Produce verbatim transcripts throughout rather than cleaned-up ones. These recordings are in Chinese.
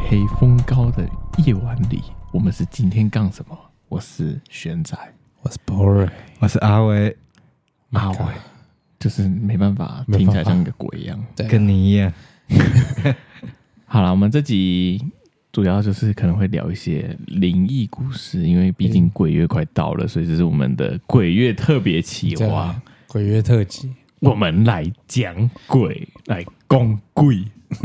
黑风高的夜晚里，我们是今天干什么？我是玄仔， 我是 Bory， 我是阿威。 阿伟，就是没办法，听起来像一个鬼一样， 跟你一样。 好了，我们这集主要就是可能会聊一些灵异故事，因为毕竟鬼月快到了，所以这是我们的鬼月特别企划， 鬼月特辑。 我们来讲鬼，来讲鬼。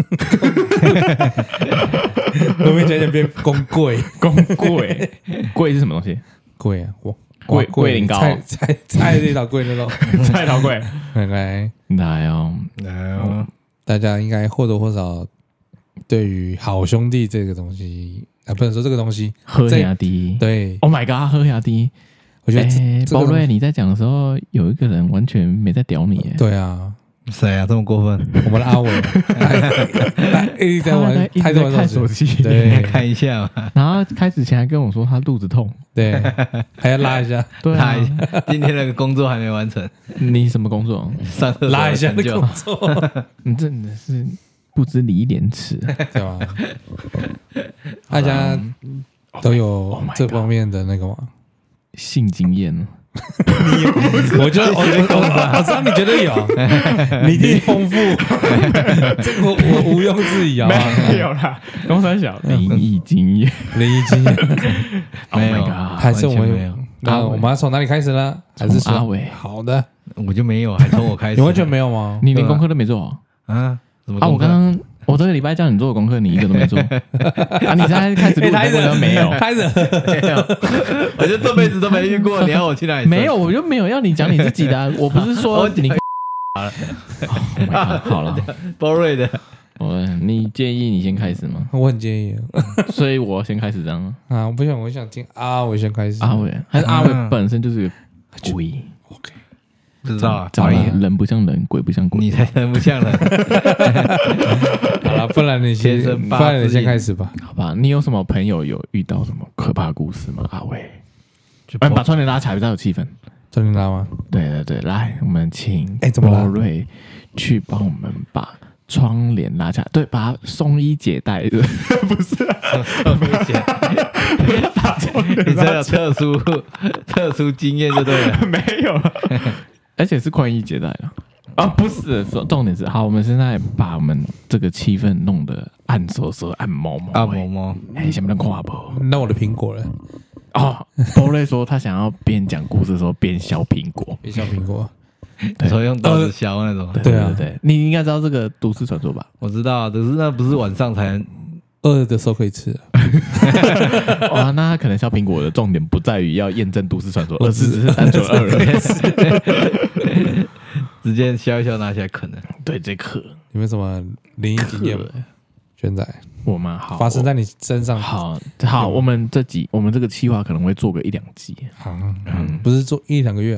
后面讲讲变公贵， 公贵，贵是什么东西？ 贵啊，哇， 桂桂林糕， 菜菜菜这道贵那种， 菜头贵， 来来哦， 来哦， 大家应该或多或少对于好兄弟这个东西啊，不能说这个东西， 喝下滴， 对 ，Oh my god， 喝下滴， 我觉得包瑞你在讲的时候，有一个人完全没在屌你， 对啊。 谁啊？这么过分？ 我们的阿伟，他一直在玩， 一直在看手机， 对， 看一下嘛。 然后开始前还跟我说他肚子痛， 对，还要拉一下， 对、啊， 拉一下。今天那个工作还没完成， 你什么工作？ 上厕所拉一下的工作， 你真的是不知礼廉耻， 对吧？大家都有这方面的那个吗？ 性经验。 你我觉得我我我知道你觉得有，你一定丰富，这个我我毋庸置疑啊。 没有啦，公三小灵异经验， 灵异经验没有， 还是我们那我们要从哪里开始呢？还是阿伟？ 好的， 我就没有，还从我开始。 你完全没有吗？ 你连功课都没做啊？ 啊！我刚刚我这个礼拜叫你做的功课，你一个都没做啊！你现在开始录开始没有？ 开始没有，我就这辈子都没遇过。你要我去哪里？ 没有，我就没有要你讲你自己的、啊。我不是说你好了，好了 ，Bory 的。 我你建议你先开始吗？ 我很建议， 所以我先开始这样啊！我不想，我想听阿伟先开始。 阿伟还是阿伟本身就是个鬼 ，OK。 不知道啊， 长得人不像人，鬼不像鬼， 你才人不像人。 好了，不然你先，不然你先开始吧。 好吧，你有什么朋友有遇到什么可怕的故事吗？阿伟，哎，把窗帘拉起来，比较有气氛。 窗帘拉吗？ 对对对，来，我们请哎，怎么波瑞去帮我们把窗帘拉起来，对，把松衣解带，不是松衣解带，你这有特殊特殊经验就对了， 没有。而且是宽衣解带的啊，不是，重点是好，我们现在把我们这个气氛弄得暗飕飕、暗毛毛、 暗毛毛， 哎，想不能跨步。 那我的苹果了哦，波瑞说他想要边讲故事的时候边削苹果， 边削苹果， 你说用刀子削那种， 对对对，你应该知道这个都市传说吧？ 我知道，可是那不是晚上才饿的时候可以吃。 哇，那他可能削苹果的重点不在于要验证都市传说，而是只是单纯饿了， 直接削一削拿起来啃的。 对，这颗有没有什么灵异经验吗？玄仔， 我们好发生在你身上。 好好，我们这集我们这个企划可能会做个一两集。 好，嗯，不是做一两个月啊。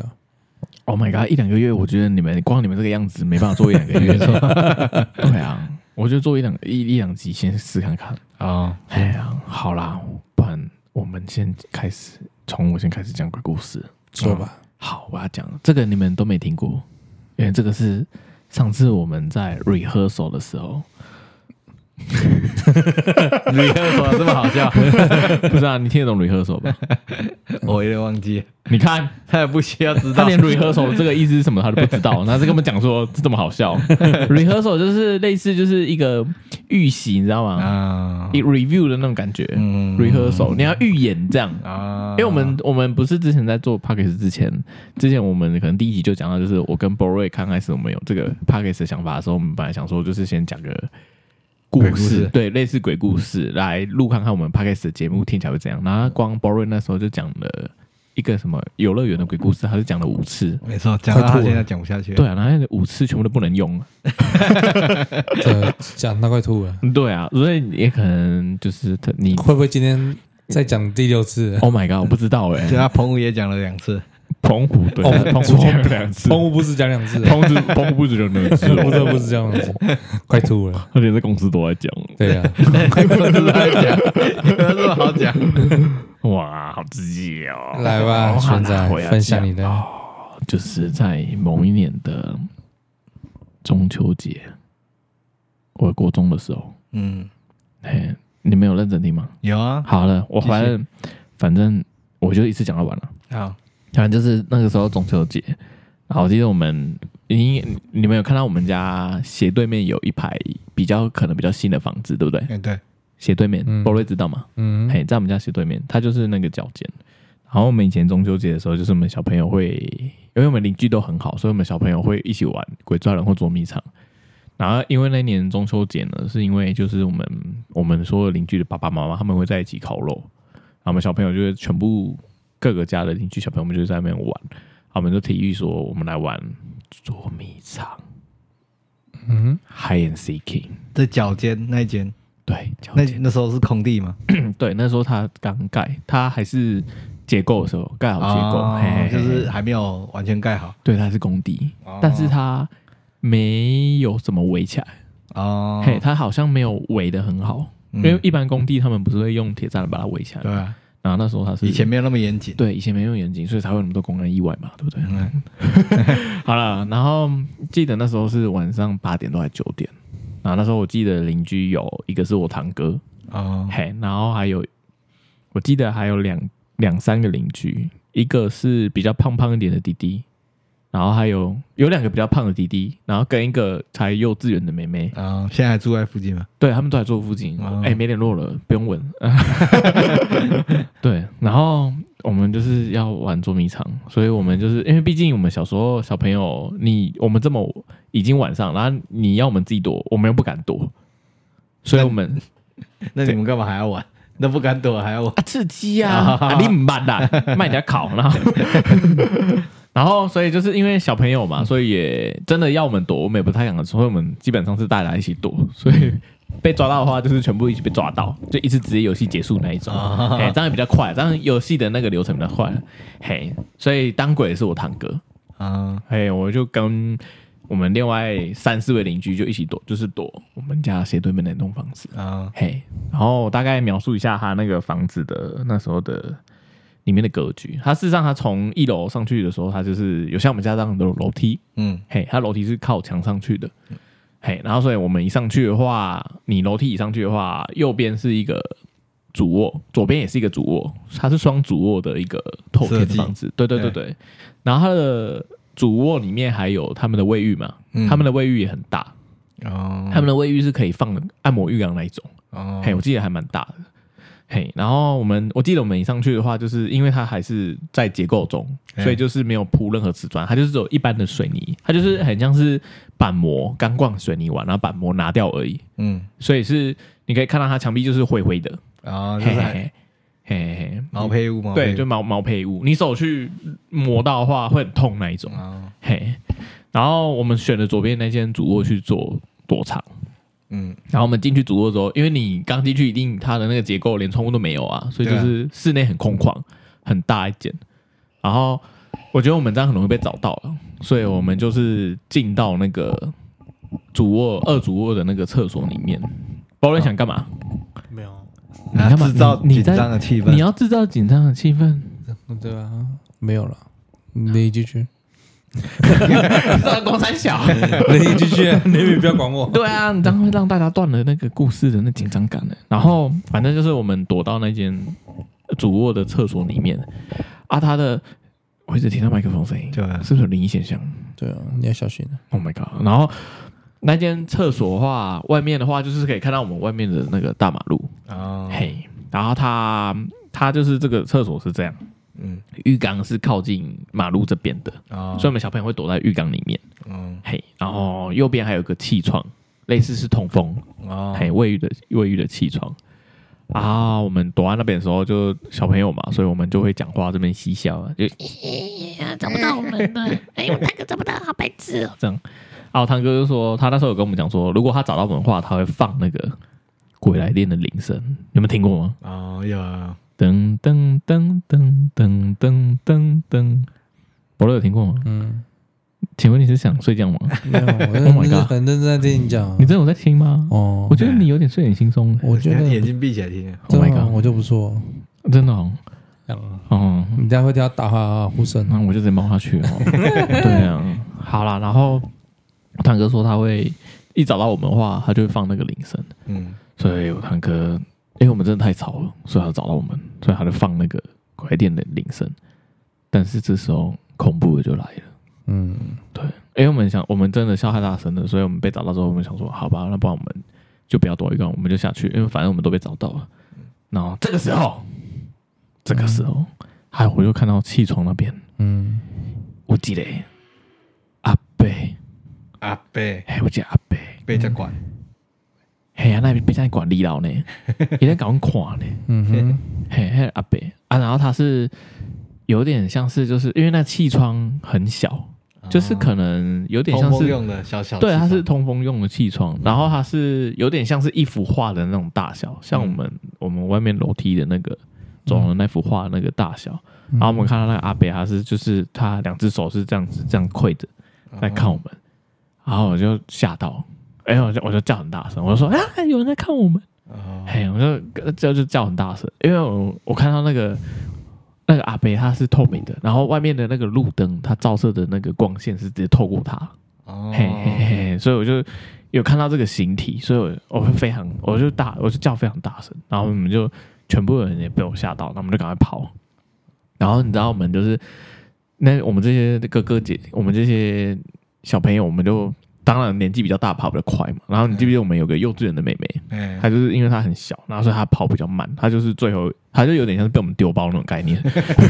Oh my god， 一两个月，我觉得你们光你们这个样子没办法做一两个月。对啊，我就做一两一一两集先试看看。 哦， 哎呀，好啦，不然我们先开始，从我先开始讲鬼故事， 说吧。 嗯、好，我要讲这个你们都没听过，因为这个是上次我们在 rehearsal 的时候 ，rehearsal 这么好笑， 不是啊？你听得懂 rehearsal 吧？ 我有点忘记。 你看， 他也不需要知道， 他连 rehearsal 这个意思是什么他都不知道，那这跟我们讲说这么好笑。rehearsal 就是类似就是一个预习，你知道吗？啊，一 review 的那种感觉。嗯 rehearsal 你要预演这样啊，因为我们我们不是之前在做 podcast 之前，之前我们可能第一集就讲到，就是我跟 Bory 刚开始我们有这个 podcast 的想法的时候，我们本来想说就是先讲个故事，故事对，类似鬼故事来录看看我们 podcast 的节目听起来会怎样。然后光 Bory 那时候就讲了一个什么游乐园的鬼故事，他是讲了五次， 没错，讲到他现在讲不下去了。 对啊，然后那五次全部都不能用， 这讲到快吐了。 对啊，所以也可能就是你会不会今天再讲第六次 ？Oh my god， 我不知道哎、欸。 对啊，澎湖也讲了两次。 澎湖对， 哦、 澎湖讲了两次， 澎湖不是讲两次， 澎湖澎湖不止讲两次， 不是不是这样子，快吐了。 而且在公司都在讲， 对啊， 公司都在讲，有没有这么好讲？ 哇，好刺激哦！ 来吧，玄仔，分享你的、 哦，就是在某一年的中秋节，我国中的时候，嗯，嘿， 你们有认真听吗？ 有啊。 好了，我反正反正我就一次讲到完了。 好， 反正就是那个时候中秋节，然后我记得我们你你们有看到我们家斜对面有一排比较可能比较新的房子，对不对？ 嗯，对。 斜对面，波瑞知道吗？嗯，嘿，在我们家斜对面，它就是那个脚尖。然后我们以前中秋节的时候，就是我们小朋友会，因为我们邻居都很好，所以我们小朋友会一起玩鬼抓人或捉迷藏。然后因为那年中秋节呢，是因为就是我们我们所有邻居的爸爸妈妈他们会在一起烤肉，然后我们小朋友就会全部各个家的邻居小朋友们就在那边玩，然后我们就提议说我们来玩捉迷藏，嗯 ，hide and seeking， 在脚尖那一间。 对， 那那时候是空地吗？ 对，那时候它刚盖，它还是结构的时候盖好结构， 哦、 嘿嘿嘿就是还没有完全盖好。 对，它是工地，哦、但是它没有什么围起来。哦，嘿，它好像没有围得很好，嗯、因为一般工地他们不是会用铁栅栏把它围起来。 对啊。 然后那时候它是以前没有那么严谨， 对，以前没有那么严谨，所以才会有那么多公安意外嘛，对不对？嗯、好了，然后记得那时候是晚上八点多还九点。然后那时候我记得邻居有一个是我堂哥，哦，嘿，然后还有我记得还有两两三个邻居，一个是比较胖胖一点的弟弟，然后还有有两个比较胖的弟弟，然后跟一个才幼稚园的妹妹， 啊、哦，现在还住在附近吗？ 对，他们都还住附近，哎、哦欸，没联络了，不用问。对，然后我们就是要玩捉迷藏，所以我们就是因为毕竟我们小时候小朋友，你我们这么已经晚上，然后你要我们自己躲，我们又不敢躲，所以我们那你们干嘛还要玩？那不敢躲还要玩？ 啊，刺激啊！啊你唔慢啦，卖人家烤，然后然后所以就是因为小朋友嘛，所以也真的要我们躲，我们也不太敢，所以我们基本上是大家一起躲，所以被抓到的话，就是全部一起被抓到，就一次直接游戏结束那一种。哎、哦，这样也比较快，这样游戏的那个流程比较快。嘿，所以当鬼是我堂哥啊，嘿，我就跟我们另外三四位邻居就一起躲，就是躲我们家斜对面的那栋房子啊。嘿，然后我大概描述一下他那个房子的那时候的里面的格局。他事实上，他从一楼上去的时候，他就是有像我们家这样的楼梯，嗯，嘿，他楼梯是靠墙上去的。嘿，然后所以我们一上去的话，你楼梯一上去的话，右边是一个主卧，左边也是一个主卧，它是双主卧的一个透天的房子。对对对对。然后它的主卧里面还有他们的卫浴嘛，嗯、他们的卫浴也很大。哦。他们的卫浴是可以放的按摩浴缸那一种。哦。嘿，我记得还蛮大的。嘿，然后我们我记得我们一上去的话，就是因为它还是在结构中，所以就是没有铺任何瓷砖，它就是只有一般的水泥，它就是很像是板模刚灌水泥完，然后板模拿掉而已。嗯，所以是你可以看到它墙壁就是灰灰的啊、哦，就是嘿嘿嘿毛坯屋吗？ 对，就毛毛坯屋，你手去磨到的话会很痛那一种。哦、嘿，然后我们选了左边那间主卧去做躲藏。嗯，然后我们进去主卧之后，因为你刚进去一定它的那个结构连窗户都没有啊，所以就是室内很空旷，很大一间。然后我觉得我们这样很容易被找到了，所以我们就是进到那个主卧二主卧的那个厕所里面。包人想干嘛？ 没有， 你要制造紧张的气氛， 你要制造紧张的气氛， 对啊，没有了，你继续。 公三小， 你继续，你不要管我。 对啊，你这样会让大家断了那个故事的那紧张感的。然后反正就是我们躲到那间主卧的厕所里面啊，他的我一直听到麦克风声音，对、啊，是不是有灵异现象？ 对啊，你要小心。 Oh my god！ 然后那间厕所的话，外面的话就是可以看到我们外面的那个大马路哦。嘿，然后他他就是这个厕所是这样。嗯，浴缸是靠近马路这边的，哦、所以我们小朋友会躲在浴缸里面。嗯，嘿，然后右边还有个气窗，类似是通风。哦，嘿，卫浴的卫浴的气窗。啊，我们躲在那边的时候，就小朋友嘛，所以我们就会讲话，这边嬉笑啊，就找不到我们的，哎，我堂哥找不到，好白痴哦，这样。啊，我堂哥就说，他那时候有跟我们讲说，如果他找到我们的话，他会放那个鬼来电的铃声，有没有听过吗？ 哦，有啊。 噔噔噔噔噔噔噔噔，伯乐有听过吗？嗯，请问你是想睡觉吗？ 没有，我是很认真在听你讲。 你真的有在听吗？哦，我觉得你有点睡眼惺忪。 我觉得眼睛闭起来听。 Oh my god， 我就不错， 真的哦。 哦，你这样会听到打哈呼声， 那我就直接猫下去哦。对啊，好啦，然后堂哥说他会一找到我们的话，他就会放那个铃声。嗯，所以我堂哥因为我们真的太吵了，所以他找到我们，所以他就放那个拐店的铃声。但是这时候恐怖的就来了，嗯，对，因为我们想，我们真的笑太大声了，所以我们被找到之后，我们想说，好吧，那不然我们就不要多一个，我们就下去，因为反正我们都被找到了。然后这个时候，这个时候，还有我就看到气窗那边，嗯，我记得阿伯， 阿伯， 嘿，我记得阿伯被在管， 嘿啊，那边被在管理老呢，也在搞人看呢，嗯哼，嘿，嘿阿伯啊，然后他是。有点像是，就是因为那气窗很小，就是可能有点像是通风用的小小， 对，它是通风用的气窗，然后它是有点像是一幅画的那种大小，像我们、嗯、我们外面楼梯的那个走的那幅画那个大小。嗯、然后我们看到那个阿伯，他是就是他两只手是这样子这样跪着在看我们，然后我就吓到，哎、欸，我就我就叫很大声，我就说啊，有人在看我们，嘿、哦，我就就就叫很大声，因为我我看到那个。那个阿伯他是透明的，然后外面的那个路灯，它照射的那个光线是直接透过它，哦，嘿嘿嘿，所以我就有看到这个形体，所以我我会非常，我就大，我就叫非常大声，然后我们就全部人也被我吓到，那我们就赶快跑，然后你知道我们就是那我们这些哥哥姐，我们这些小朋友，我们就当然年纪比较大，跑比较快嘛，然后你记不记得我们有个幼稚园的妹妹，嗯、她就是因为她很小，然后所以她跑比较慢，她就是最后。他就有点像是被我们丢包那种概念，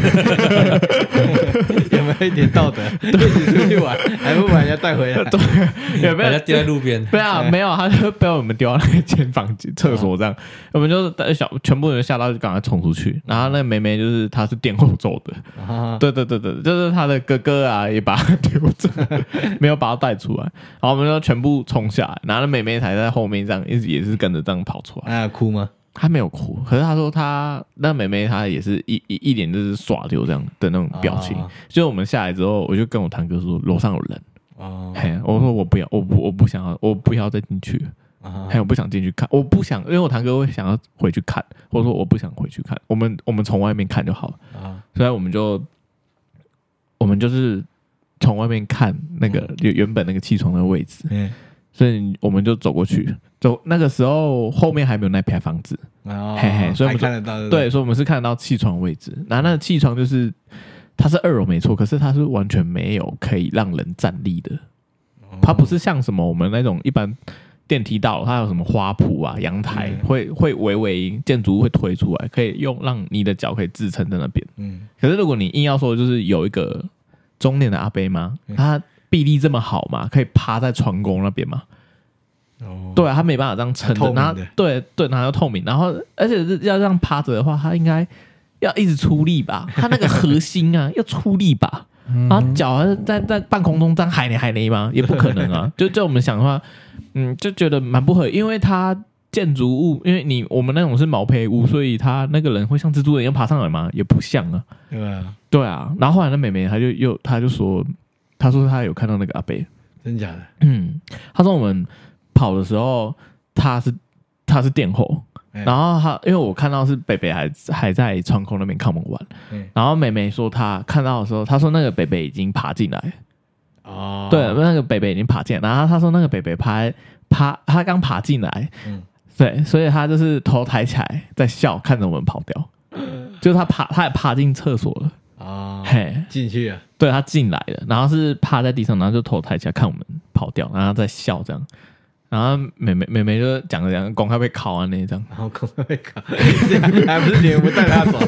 有没有一点道德？一起出去玩，还不把人家带回来？ 对，有没有人家丢在路边？ 对啊，没有，他就被我们丢到那个间房厕所这样，我们就是小全部人吓到就赶快冲出去。然后那个妹妹就是她是殿后走的，啊、对对对对，就是她的哥哥啊也把她丢着，没有把她带出来。然后我们就全部冲下来，然后那妹妹才在后面这样一直也是跟着这样跑出来。 她有哭吗？ 他没有哭，可是他说他那妹妹她也是一一一脸就是耍溜这样的那种表情。哦、就我们下来之后，我就跟我堂哥说楼上有人。哦，嘿，我说我不要，我不我不想要，我不要再进去了。哦、嘿，我不想进去看，我不想，因为我堂哥会想要回去看，或者说我不想回去看，我们我们从外面看就好了。哦、所以我们就我们就是从外面看那个、嗯、原本那个气窗的位置。嗯。所以我们就走过去，走那个时候后面还没有那排房子，哦、嘿嘿，所以我们看得到， 对，所以我们是看得到气窗位置。然后那个气窗就是它是二楼没错，可是它是完全没有可以让人站立的，哦、它不是像什么我们那种一般电梯道，它有什么花圃啊、阳台，嗯、会会微微建筑物会推出来，可以用让你的脚可以支撑在那边。嗯，可是如果你硬要说，就是有一个中年的阿伯吗？嗯、他臂力这么好嘛，可以趴在床沟那边嘛？哦，对啊，他没办法这样撑着，然后对对，然后又透明，然后而且要这样趴着的话，他应该要一直出力吧？他那个核心啊要出力吧？然后脚在在半空中这样海雷海雷吗？也不可能啊！就就我们想的话，嗯，就觉得蛮不合理，因为他建筑物，因为你我们那种是毛坯屋，所以他那个人会像蜘蛛人一样爬上来吗？也不像啊。 对啊， 对啊。然后后来那妹妹她就又她就说。他说他有看到那个阿伯， 真假的？ 嗯，他说我们跑的时候，他是他是殿后，欸、然后他因为我看到是北北还还在窗口那边看我们玩，欸、然后妹妹说她看到的时候，她说那个北北已经爬进来，哦，对，那个北北已经爬进来，然后他说那个北北爬爬他刚爬进来，嗯，对，所以他就是头抬起来在笑，看着我们跑掉，就是他爬他也爬进厕所了。 哦，嘿，进去了， 对他进来了，然后是趴在地上，然后就头抬起来看我们跑掉，然后在笑这样，然后妹妹妹妹就讲着讲着，公开被烤啊那一张， 然后公开被烤，还不是你们不带他走？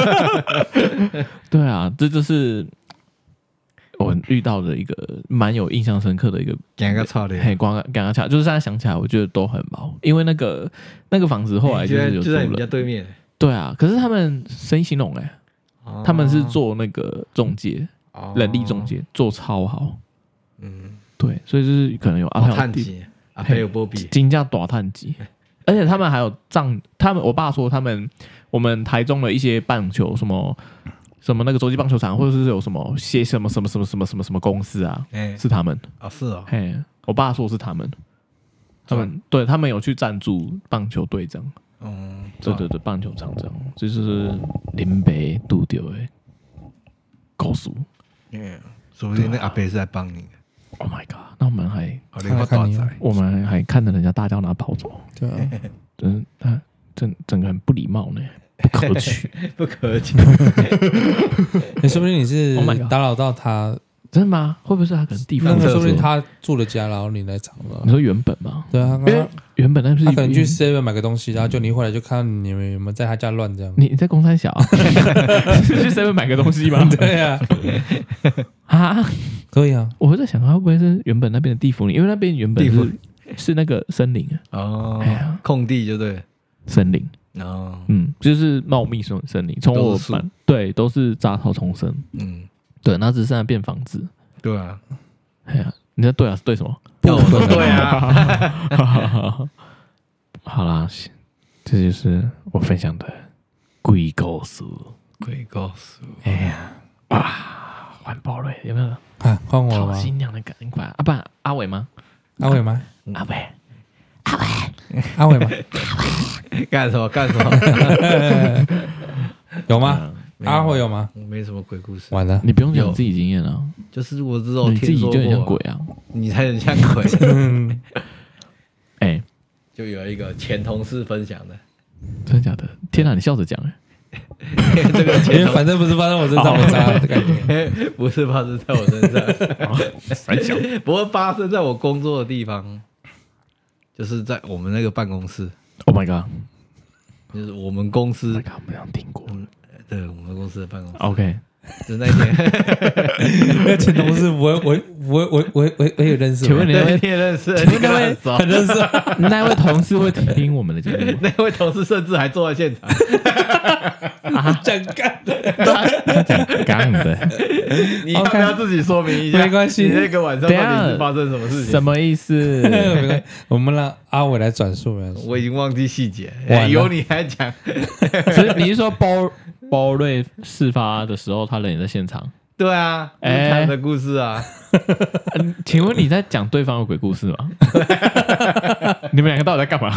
对啊，这就是我遇到的一个蛮有印象深刻的一个， 尴尬操的， 嘿，光尴尬操，就是现在想起来，我觉得都很毛，因为那个那个房子后来就是有就在你们家对面， 对啊，可是他们生意兴隆哎。他们是做那个中介，哦、人力中介做超好，嗯，对，所以就是可能有阿碳级，阿佩有波比， 金价大碳级，而且他们还有账，他们我爸说他们我们台中的一些棒球什么什么那个洲际棒球场，或者是有什么些什么什么什么什么什么什么公司啊，欸、是他们啊、哦，是哦， 嘿，我爸说是他们，他们对他们有去赞助棒球队这样。嗯，对对对，棒球场这样，这就是林北拄到的故事。 嗯，说不定那阿伯是在帮你的。 Oh my god！ 那我们还我们还看着人家大叫拿跑走。对啊，嗯，他整整个很不礼貌呢，不可取， 不可取。 欸、说不定你是 Oh my god 打扰到他， 真的吗？会不会是他可能地方那厕所？ 说不定他住了家，然后你来找了。 你说原本吗？ 对啊， 因为原本那不是他可能去 seven 买个东西，然后就你一回来就看到你们有没有在他家乱这样。 你你在公三小、啊，去 seven 买个东西吗？ 对啊， 啊， 可以啊。 我在想他会不会是原本那边的地府里，因为那边原本是是那个森林啊， 哦， 哎呀空地就对了。 森林， 哦， 嗯，就是茂密森森林，从我班对都是杂草丛生， 嗯， 对，那只剩下变房子， 对啊， 哎呀，你在对啊是对什么？ 要我说对啊。 好啦，这就是我分享的鬼故事。 鬼故事， 哎呀，哇，环保类有没有？ 啊，换我了吗？ 好新娘的感觉啊！不然阿伟吗？ 阿伟吗？ 阿伟， 阿伟吗？ 干什么干什么？ 有吗？阿伟有吗？ 没什么鬼故事。 完了， 你不用讲自己经验啊， 就是我只有你自己就很像鬼啊。 你才很像鬼。 哎， 就有一个前同事分享的， 真的假的？天哪，你笑着讲哎。 这个因为反正不是发生我身上，我渣的感觉， 不是发生在我身上， 三小， 不过发生在我工作的地方，就是在我们那个办公室。 Oh my god！ 就是我们公司， Oh my god， 没有听过。 嗯，对，我们公司的办公室。 OK， 就那天， 那个前同事我我我我我我我有认识吗， 请问你那位你也认识？ 请问那位很认识， 那位同事会听我们的节目吗？ 那位同事甚至还坐在现场。 啊， 讲干的， 他讲刚的， 你要不要自己说明一下？ 没关系你那个晚上到底是发生什么事情？ 什么意思？ 没关系，我们让阿伟来转述。 我已经忘记细节， 完了由你来讲。 所以你是说包包瑞事发的时候，他人也在现场？ 对啊， 哎他的故事啊。 嗯，请问你在讲对方的鬼故事吗？你们两个到底在干嘛？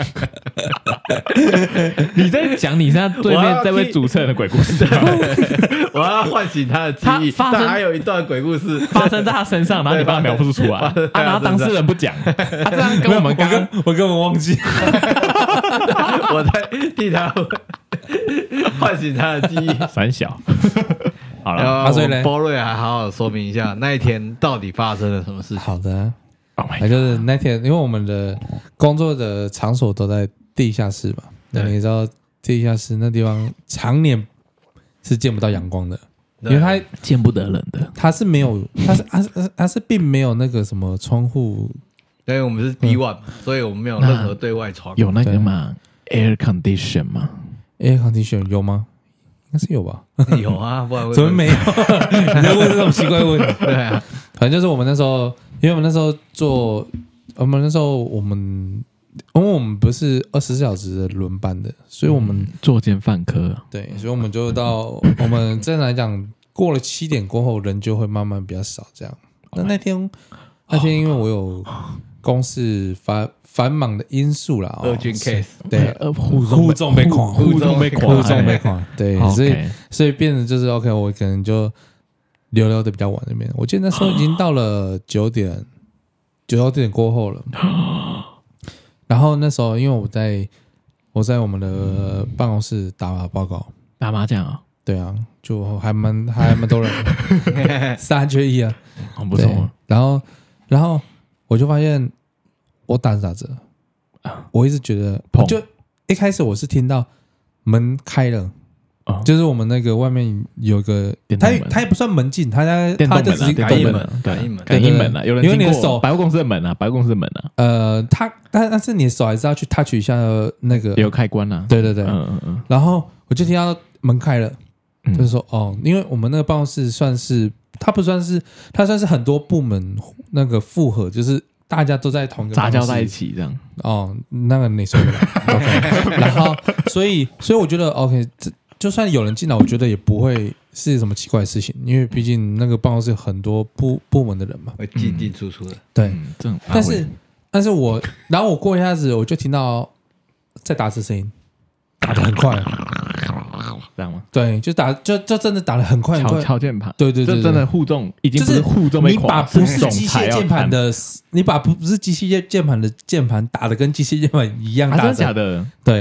你在讲你现在对面这位主持人的鬼故事吗？ 我要唤醒他的记忆。 他发生但还有一段鬼故事发生在他身上，然后你把他描述出来，啊，然后当事人不讲，啊，这样跟我们刚刚我根本忘记， 我在替他唤醒他的记忆。 三小。好了， 然后所以呢波瑞还好好说明一下那一天到底发生了什么事情。 好的， Oh my 那就是那天，因为我们的工作的场所都在地下室嘛，那对你知道地下室那地方常年是见不到阳光的，因为它见不得人的， 它是没有，它是它是它是并没有那个什么窗户， 因为我们是 B 一，所以我们没有任何对外窗。 有那个嘛 air condition 吗？ air condition 有吗？应该是有吧？ 有啊，不然会怎么没有？你在问这种奇怪的问题？ 对啊， 反正就是我们那时候，因为我们那时候做，我们那时候我们，因为我们不是二十四小时的轮班的，所以我们、 嗯、作奸犯科、啊， 对，所以我们就到我们正常来讲，过了七点过后，人就会慢慢比较少这样。那那天那天因为我有公事繁繁忙的因素啦， 二军 case 对， 呃，互互众被狂， 互众被狂， 互众被狂，对，所以 OK 所以变成就是 OK， 我可能就留留的比较晚那边。我记得那时候已经到了九点，九点过后了。然后那时候因为我在我在我们的办公室打报告， 打麻将啊， 对啊，就还蛮还蛮多人的，三缺一啊， 很不错对。然后然后我就发现我打着打着，我一直觉得，就一开始我是听到门开了。哦、就是我们那个外面有个，它它也不算门禁，它它就只是感应门，感应门， 感应门啊，有人因为你的手， 百货公司的门啊，百货公司的门啊， 呃，它但但是你的手还是要去 touch 一下那个有开关啊， 对对对， 嗯嗯嗯， 然后我就听到门开了， 嗯、 就是说哦，因为我们那个办公室算是，它不算是，它算是很多部门那个复合，就是大家都在同一个杂交在一起这样， 哦，那个你说的，OK， 然后所以所以我觉得 OK 这。就算有人进来，我觉得也不会是什么奇怪的事情，因为毕竟那个办公室有很多部部门的人嘛， 会进进出出的。 对， 嗯、这种但是但是我，然后我过一下子，我就听到在打字声音，打得很快， 这样吗？ 对，就打就就真的打得很快很快， 敲键盘， 对对 对, 对， 就真的互动，已经不是互动被你把不是机械键盘的，你把不不是机械键盘的键盘打得跟机械键盘一样大声， 啊，真的假的？ 对。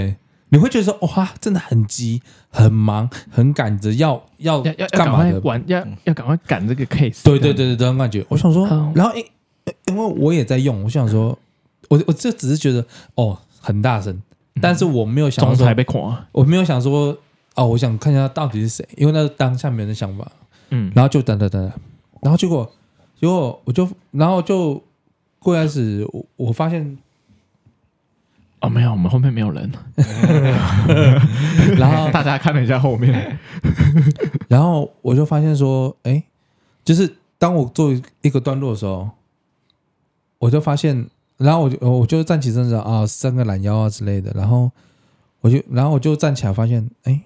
你会觉得说哇，真的很急、很忙、很赶着要要要要干嘛的？ 玩要要赶快赶这个 case。 对对对对，这种感觉。我想说，然后因因为我也在用，我想说，我我这只是觉得哦很大声，但是我没有想说被垮， 我没有想说哦，我想看一下到底是谁，因为那是当下没人的想法。嗯，然后就等等等，然后结果结果我就然后就过一开始我我发现。 哦，没有，我们后面没有人。 然后大家看了一下后面， 然后我就发现说，哎，就是当我做一个段落的时候，我就发现，然后我就我就站起身子啊，伸个懒腰啊之类的，然后我就然后我就站起来，发现，哎，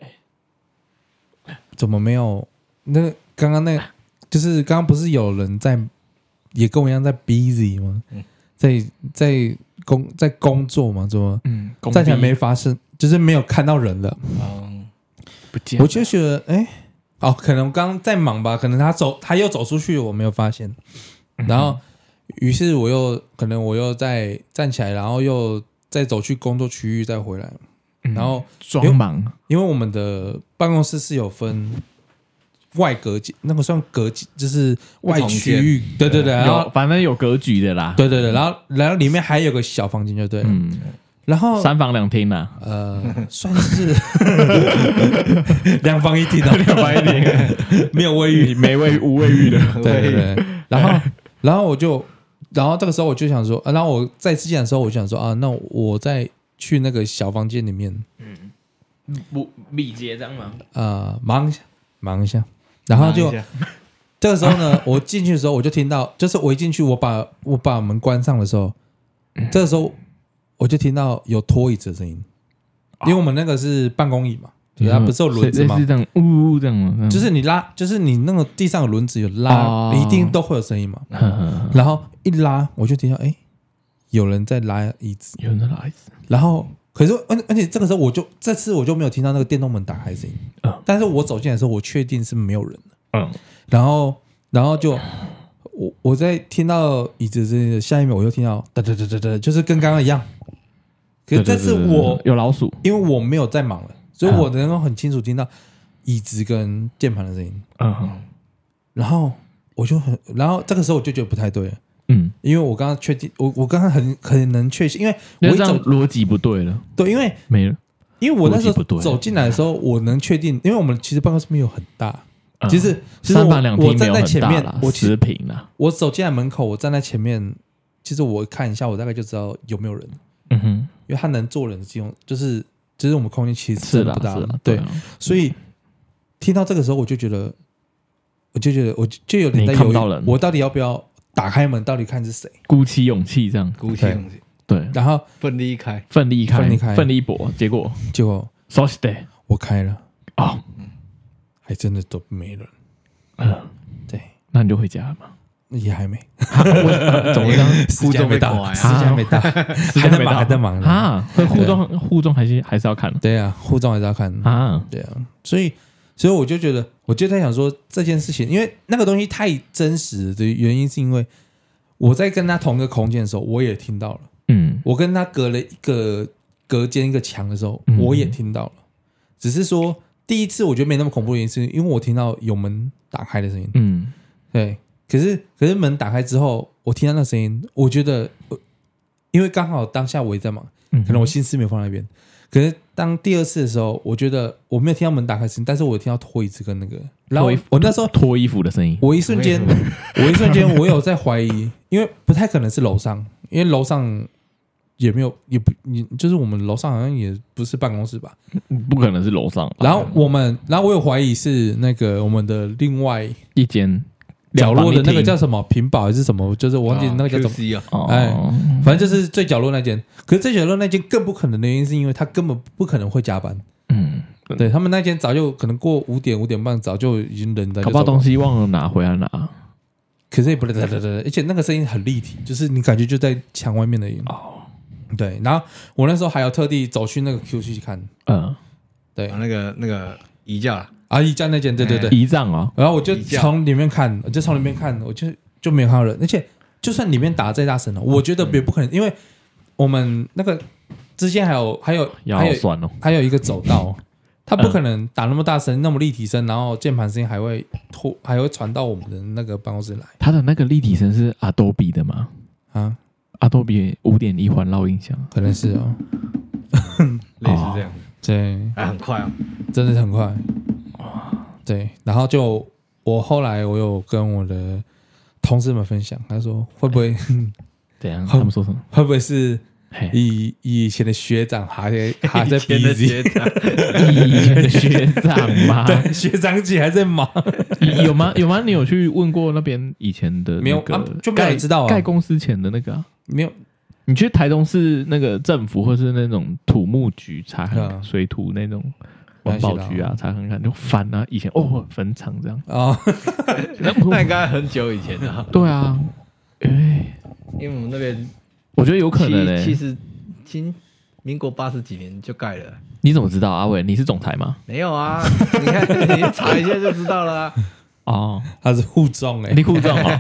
怎么没有？那刚刚那，就是刚刚不是有人在，也跟我一样在 busy 吗？在在。工在工作嘛，怎么嗯，站起来没发生，就是没有看到人了。嗯，不见了。我就觉得，哎、欸，哦，可能刚刚在忙吧，可能他走，他又走出去，我没有发现。然后，于是我又可能我又再站起来，然后又再走去工作区域，再回来。然后装忙， 因为我们的办公室是有分。外隔间那个算隔就是外区域，对对对，然后反正有格局的啦， 对对对，然后然后里面还有个小房间，就对了，嗯，然后三房两厅啦， 呃，算是两房一厅的， 两房一厅， 没有卫浴， 没卫无卫浴的， 对对对，然后然后我就，然后这个时候我就想说，啊、然后我在之前的时候我就想说啊，那我再去那个小房间里面， 嗯，不礼节这样吗？ 呃，忙一下，忙一下。然后就这个时候呢，我进去的时候，我就听到，就是我一进去，我把我把门关上的时候，嗯、这个时候我就听到有拖椅子的声音，哦、因为我们那个是办公椅嘛，就是它不是有轮子吗？ 是这样呜呜这样吗？ 就是你拉，就是你那个地上有轮子有拉，哦、一定都会有声音嘛。呵呵然后一拉，我就听到，哎，有人在拉椅子， 有人在拉椅子， 然后。可是，而而且这个时候我就这次我就没有听到那个电动门打开的声音，嗯，但是我走进来的时候，我确定是没有人的，嗯，然后，然后就我我在听到椅子的下一秒，我又听到哒哒哒哒哒，就是跟刚刚一样。可是这次我有老鼠， 因为我没有在忙了，所以我能够很清楚听到椅子跟键盘的声音，嗯，然后我就很，然后这个时候我就觉得不太对了。嗯，因为我刚刚确定，我我刚刚很很能确信，因为我一走逻辑不对了， 对，因为没了， 因为我那时候走进来的时候，我能确定，因为我们其实办公室没有很大，嗯、其实三房两厅我站在前面，我十平啦， 我走进来门口，我站在前面，其实我看一下，我大概就知道有没有人，嗯哼，因为他能坐人的地方，就是就是我们空间其实真的不大，对，对所以听到这个时候，我就觉得，我就觉得，我就有点在犹豫，我到底要不要？打开门，到底看是谁？ 鼓起勇气，这样鼓起勇气， 对，然后奋力一开， 奋力一开， 奋力开， 奋力一搏，结果结果 ，so stay， 我开了哦，还真的都没人，嗯，对， 那你就回家了吗？ 也还没， 怎么样？ 时间没到，时间还没到，还在忙，还在忙啊！互动互动还是还是要看， 对啊，互动还是要看啊，对啊，所以。所以我就觉得，我就在想说这件事情，因为那个东西太真实的原因，是因为我在跟他同一个空间的时候，我也听到了。嗯，我跟他隔了一个隔间一个墙的时候，我也听到了。只是说第一次我觉得没那么恐怖的原因，是因为我听到有门打开的声音。嗯，对。可是可是门打开之后，我听到那声音，我觉得，因为刚好当下我也在忙，可能我心思没有放在那边。可是当第二次的时候，我觉得我没有听到门打开声音，但是我听到脱衣服跟那个，然后我那时候脱衣服的声音， 我一瞬间，我一瞬间我有在怀疑，因为不太可能是楼上，因为楼上也没有，也不，你就是我们楼上好像也不是办公室吧， 不可能是楼上。 然后我们，然后我有怀疑是那个我们的另外一间。 角落的那个叫什么屏保还是什么？就是我忘记那个叫什么。 哦、 哎，反正就是最角落那间。可是最角落那间更不可能的原因，是因为他根本不可能会加班。嗯，对他们那间早就可能过五点五点半，早就已经人在。 搞不好东西忘了拿回来拿。 可是也不对对对对，而且那个声音很立体，就是你感觉就在墙外面的音。哦，对。然后我那时候还有特地走去那个 Q 区看。嗯，对， 那个那个移架。 啊，仪仗那间，对对对， 仪仗啊， 然后我就从里面看，我就从里面看，我就就没有看到人，而且就算里面打再大声了，我觉得也不可能，因为我们那个之之间还有还有还有酸哦， 还有一个走道，它不可能打那么大声，那么立体声，然后键盘声音还会拖，还会传到我们的那个办公室来。 它的那个立体声是 Adobe 的吗？ 啊 ，Adobe 五点一环绕音响， 可能是哦， 类似这样。 对， 哎，很快哦， 真的是很快。对，然后就我后来我有跟我的同事们分享，他说会不会怎样？他们说什么？ 会不会是以以前的学长还在还在逼的学长， 以前的学长吗？ 对，学长姐还在忙， 有吗？有吗？你有去问过那边以前的没有啊？就没有人知道啊？ 盖公司前的那个、啊、 没有。 你去台东市那个政府或是那种土木局查看、嗯、水土那种环保局啊，查看看就翻啊，以前哦坟场这样哦， 那应该很久以前了。 对啊，哎， 因为我们那边我觉得有可能嘞、 欸，其实新民国八十几年就盖了。 你怎么知道阿伟？你是总裁吗？ 没有啊，你看你查一下就知道了啊。 哦， 他是护重哎、欸， 你护重啊？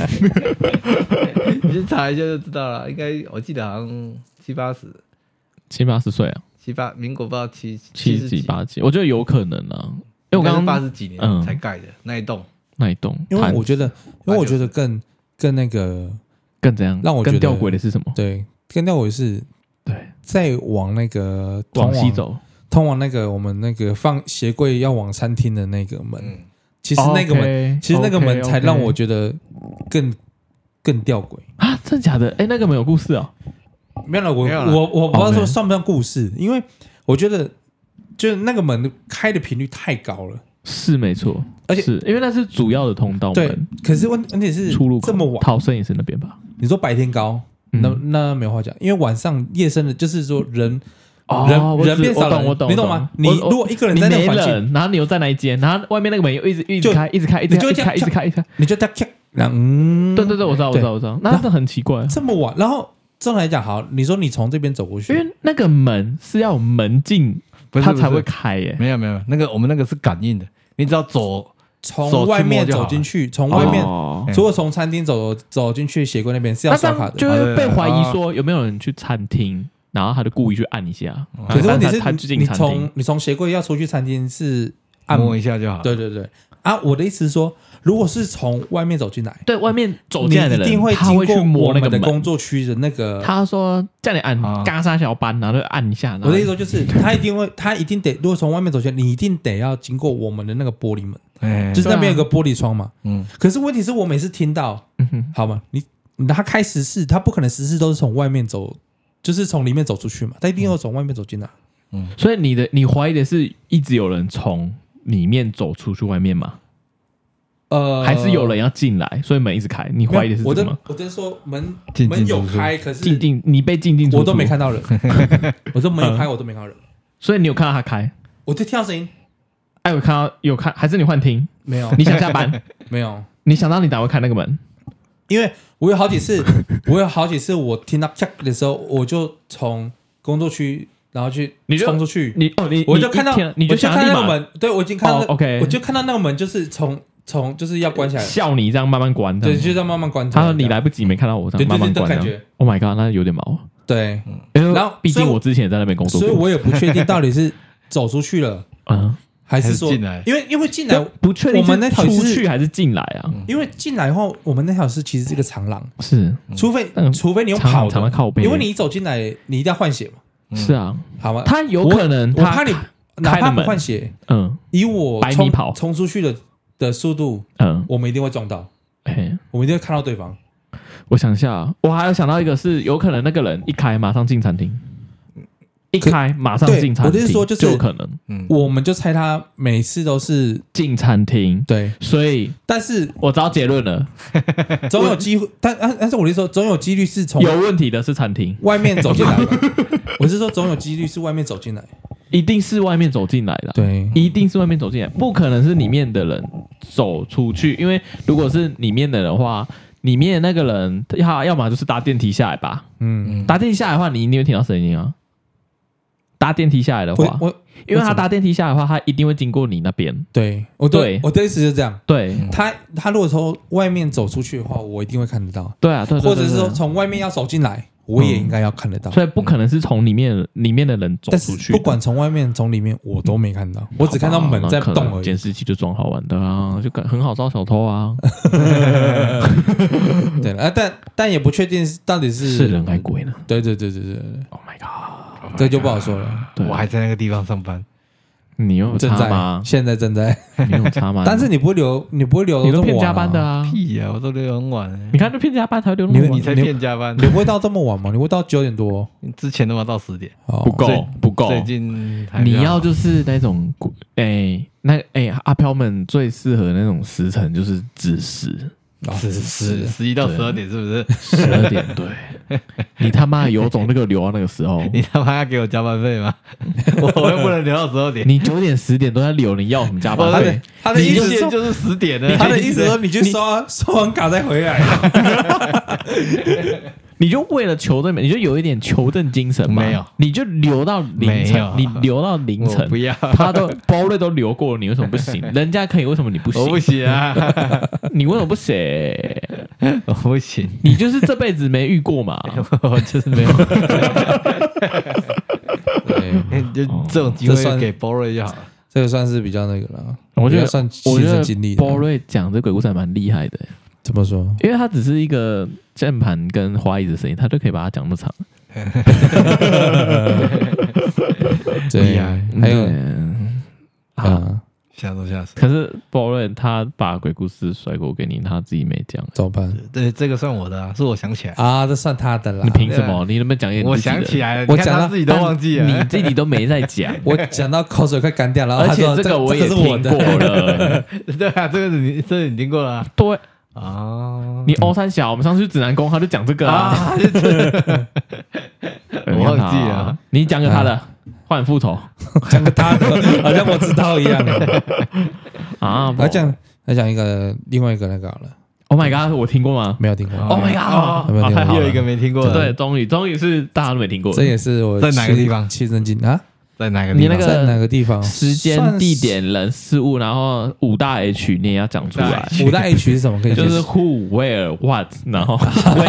你去查一下就知道了。应该我记得好像七八十， 七八十岁啊， 七八民国不知道七七几八几，我觉得有可能啊。因为我刚刚八十几年才盖的、嗯、那一栋， 那一栋， 因为我觉得，因为我觉得更更那个更怎样， 让我觉得更吊诡的是什么？ 对，更吊诡的是， 对， 再往那个往西走， 通往那个我们那个放鞋柜要往餐厅的那个门。嗯，其实那个门， okay, 其实那个门才让我觉得更 okay, okay. 更吊诡啊！真的假的？哎，那个门有故事哦。 没有了，我我我不知道说算不算故事，因为我觉得就是那个门开的频率太高了， 是没错， 而且是因为那是主要的通道门。 对，可是问问题是出入口这么晚， 逃生也是那边吧？ 你说白天高， 嗯、 那那没话讲，因为晚上夜深的，就是说人。 哦、 人人变少了， 我懂， 你懂吗？你如果一个人在那个环境， 然后你又在那一间，然后外面那个门又一直一直开，一直开，一直开，一直开，一直开，一直开， 你就在咔，嗯， 对对对，我知道，我知道，我知道，那这很奇怪， 这么晚，然后正来讲，好，你说你从这边走过去， 因为那个门是要有门禁，它才会开耶。 没有没有，那个我们那个是感应的，你只要走从外面走进去，从外面，如果从餐厅走走进去鞋柜那边是要刷卡的， 就会被怀疑说有没有人去餐厅。然后他就故意去按一下， 可是问题是， 他你从你从鞋柜要出去餐厅是按摩一下就好。 对对对啊，我的意思是说，如果是从外面走进来， 对外面走进来的人， 一定会经过我们的工作区的那个。 他说叫你按嘎沙小班，然后就按一下。 我的意思说就是，他一定会，他一定得，如果从外面走进来，你一定得要经过我们的那个玻璃门，就是那边有个玻璃窗嘛。嗯。可是问题是我每次听到，好吗？你他开十四，他不可能十四都是从外面走。就是从里面走出去嘛，他一定要从外面走进来。 嗯，所以你的你怀疑的是一直有人从里面走出去外面吗？呃，还是有人要进来，所以门一直开？你怀疑的是什么？ 我就是说门进门有开，可是进进你被进进出出， 我都没看到人。我说门有开，我都没看到人。 所以你有看到他开？ 我就听到声音。 哎，我看到有看，还是你幻听？ 没有。 你想下班？ 没有。 你想到你哪会开那个门？ 因为我有好几次，我有好几次，我听到咔的时候，我就从工作区，然后去冲出去， 你哦，你我就看到， 你就看到那个门，对我已经看到 ，OK， 我就看到那个门，就是从从就是要关起来， 笑你这样慢慢关， 对，就这样慢慢关。 他说你来不及没看到我这样慢慢关，感觉 ，Oh my god， 那有点毛。 对， 然后毕竟我之前也在那边工作， 所以我也不确定到底是走出去了，嗯。还是说， 进来， 因为因为进来不确定我们那条出去还是进来啊？ 因为进来后，我们那条是其实是一个长廊， 是， 除非除非你用跑的，因为你一走进来，你一定要换鞋嘛。 是啊， 好吗？ 他有可能， 我怕你哪怕不换鞋，嗯，以我百米跑冲出去的的速度，嗯，我们一定会撞到，哎，我们一定会看到对方。 我想一下，我还有想到一个是有可能那个人一开马上进餐厅。一开马上进餐厅， 我就是说，就是有可能， 嗯，我们就猜他每次都是进餐厅， 对， 所以， 但是我知道结论了， 总有机会，但但是我是说，总有几率是从有问题的是餐厅外面走进来的，我是说，总有几率是外面走进来， 一定是外面走进来的， 对， 一定是外面走进来，不可能是里面的人走出去，因为如果是里面的人的话。里面的那个人，他要么就是搭电梯下来吧，嗯，搭电梯下来的话，你一定会听到声音啊。搭电梯下来的话，我因为他搭电梯下来的话，他一定会经过你那边。 对，我对我的意思是这样。 对他，他如果从外面走出去的话，我一定会看得到。 对啊，对， 或者是说从外面要走进来， 我也应该要看得到， 所以不可能是从里面里面的人走出去。 不管从外面从里面，我都没看到，我只看到门在动而已。 监视器就装好玩的啊，就很好招小偷啊。 对了，但但也不确定到底是是人还鬼呢？ 对对对对对对 ！Oh my god， 这就不好说了。 我还在那个地方上班。 你有差吗？ 现在正在， 你有差吗？ 但是你不会留，你不会留， 你都骗加班的啊！ 屁呀，我都留很晚。 你看，就骗加班才留那么晚， 你才骗加班， 你不会到这么晚吗？你会到九点多？ 之前都要到十点， 不够，不够。 最近你要就是那种，哎，那哎，阿飘们最适合那种时辰就是子时。 十十十一到十二点是不是？ 十二点对，你他妈有种那个留到那个时候， 你他妈要给我加班费吗？我又不能留到十二点。 你九点十点都在留，你要什么加班费？ 他的意思就是十点呢。 他的意思说，你去刷刷完卡再回来。 你就为了求证，你就有一点求证精神嘛？ 没有， 你就留到凌晨，你留到凌晨， 不要， 他都包瑞都留过了，你为什么不行？人家可以，为什么你不行？ 我不行啊！ 你为什么不行？ 我不行， 你就是这辈子没遇过嘛？ 我就是没有。对，就这种机会给包瑞就好了。 这个算是比较那个了， 我觉得算亲身经历的。 包瑞讲这鬼故事还蛮厉害的。 怎么说？ 因为他只是一个键盘跟花椅子的声音，他就可以把它讲那么长。 对呀，还有啊， 吓都吓死。 可是包瑞他把鬼故事甩锅给你，他自己没讲， 怎么办？ 对，这个算我的啊，是我想起来啊，这算他的啦。 你凭什么？你能不能讲一点？ 我想起来了， 我讲到自己都忘记了， 你自己都没在讲。 我讲到口水快干掉了， 而且这个我也听过了。 对啊，这个你这个你听过了。 对。 啊！ 你欧三小，我们上次去指南宫，他就讲这个啊。 我忘记了， 你讲个他的，换复仇， 讲个他的，好像我知道一样。 啊， 来讲来讲一个另外一个那个好了。 Oh my god， 我听过吗？ 没有听过。 Oh my god， 没有听过。 还有一个没听过， 对，终于终于是大家都没听过。 这也是我在哪个地方亲身经历啊？ 在哪个地方？ 你那个在哪个地方？ 时间、地点、人、事物，然后五大 H 你也要讲出来。 五大 H 是什么？可以就是 Who、Where、What， 然后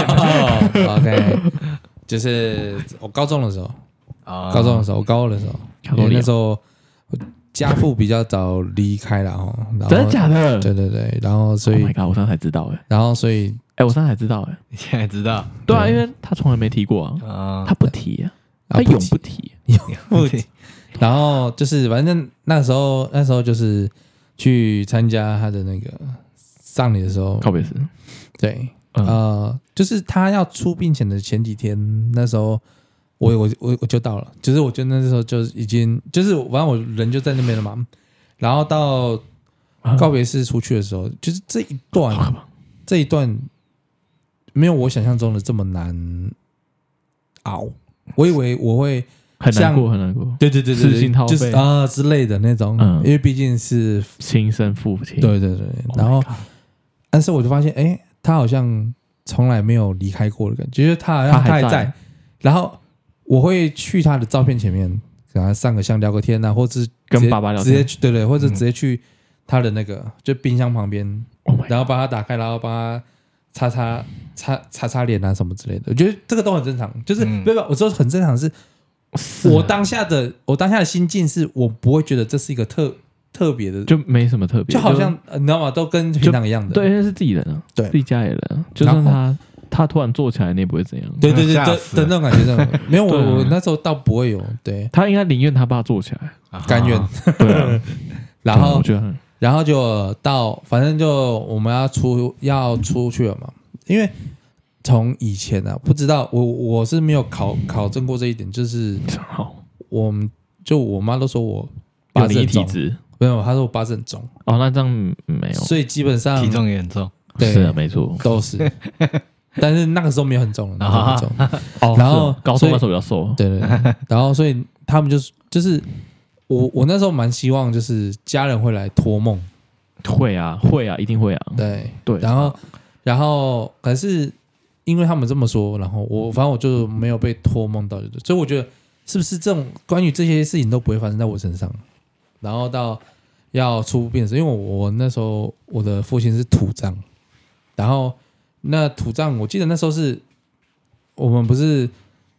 When。OK， 就是我高中的时候，高中的时候，我高二的时候，因为那时候家父比较早离开了哦。 真的假的？ 对对对，然后所以 ，Oh my god， 我上次才知道哎。 然后所以， 哎，我上次才知道哎。 你现在知道？ 对啊，因为他从来没提过啊，他不提啊，他永不提， 永不提。然后就是反正那时候那时候就是去参加他的那个葬礼的时候， 告别式。 对，呃，就是他要出殡前的前几天，那时候我我我我就到了，就是我觉得那时候就已经就是反正我人就在那边了嘛。然后到告别式出去的时候，就是这一段这一段没有我想象中的这么难熬，我以为我会。 很难过，很难过。 对对对对，就是啊之类的那种，因为毕竟是亲生父亲。 对对对，然后，但是我就发现，哎，他好像从来没有离开过的感觉，就是他好像他还在。然后我会去他的照片前面，给他上个香聊个天啊，或者跟爸爸聊天， 直接去对对，或者直接去他的那个就冰箱旁边，然后帮他打开，然后帮他擦擦擦擦擦脸啊什么之类的。我觉得这个都很正常，就是不不，我说很正常是。我当下的我当下的心境是我不会觉得这是一个特特别的， 就没什么特别， 就好像你知道吗？都跟平常一样的。 对，因为是自己人啊， 对， 自己家里人，就算他他突然坐起来，你也不会怎样。 对对对，的的那种感觉，这种没有我我那时候倒不会有，对他应该宁愿他爸坐起来， 甘愿。 对， 然后我觉得， 然后就到反正就我们要出要出去了嘛，因为。从以前啊，不知道我我是没有考考证过这一点，就是我们就我妈都说我八字很重，没有，她说我八字很重。 哦，那这样没有， 所以基本上体重也很重， 对， 是啊，没错， 都是。但是那个时候没有很重了，那时候很重。 哦， 然后高中那时候比较瘦， 对对对。然后所以他们就是就是我我那时候蛮希望就是家人会来托梦， 会啊会啊，一定会啊。 对对， 然后然后可是。因为他们这么说，然后我反正我就没有被托梦到，所以我觉得是不是这种关于这些事情都不会发生在我身上。然后到要出殡的时候，因为我我那时候我的父亲是土葬，然后那土葬我记得那时候是我们不是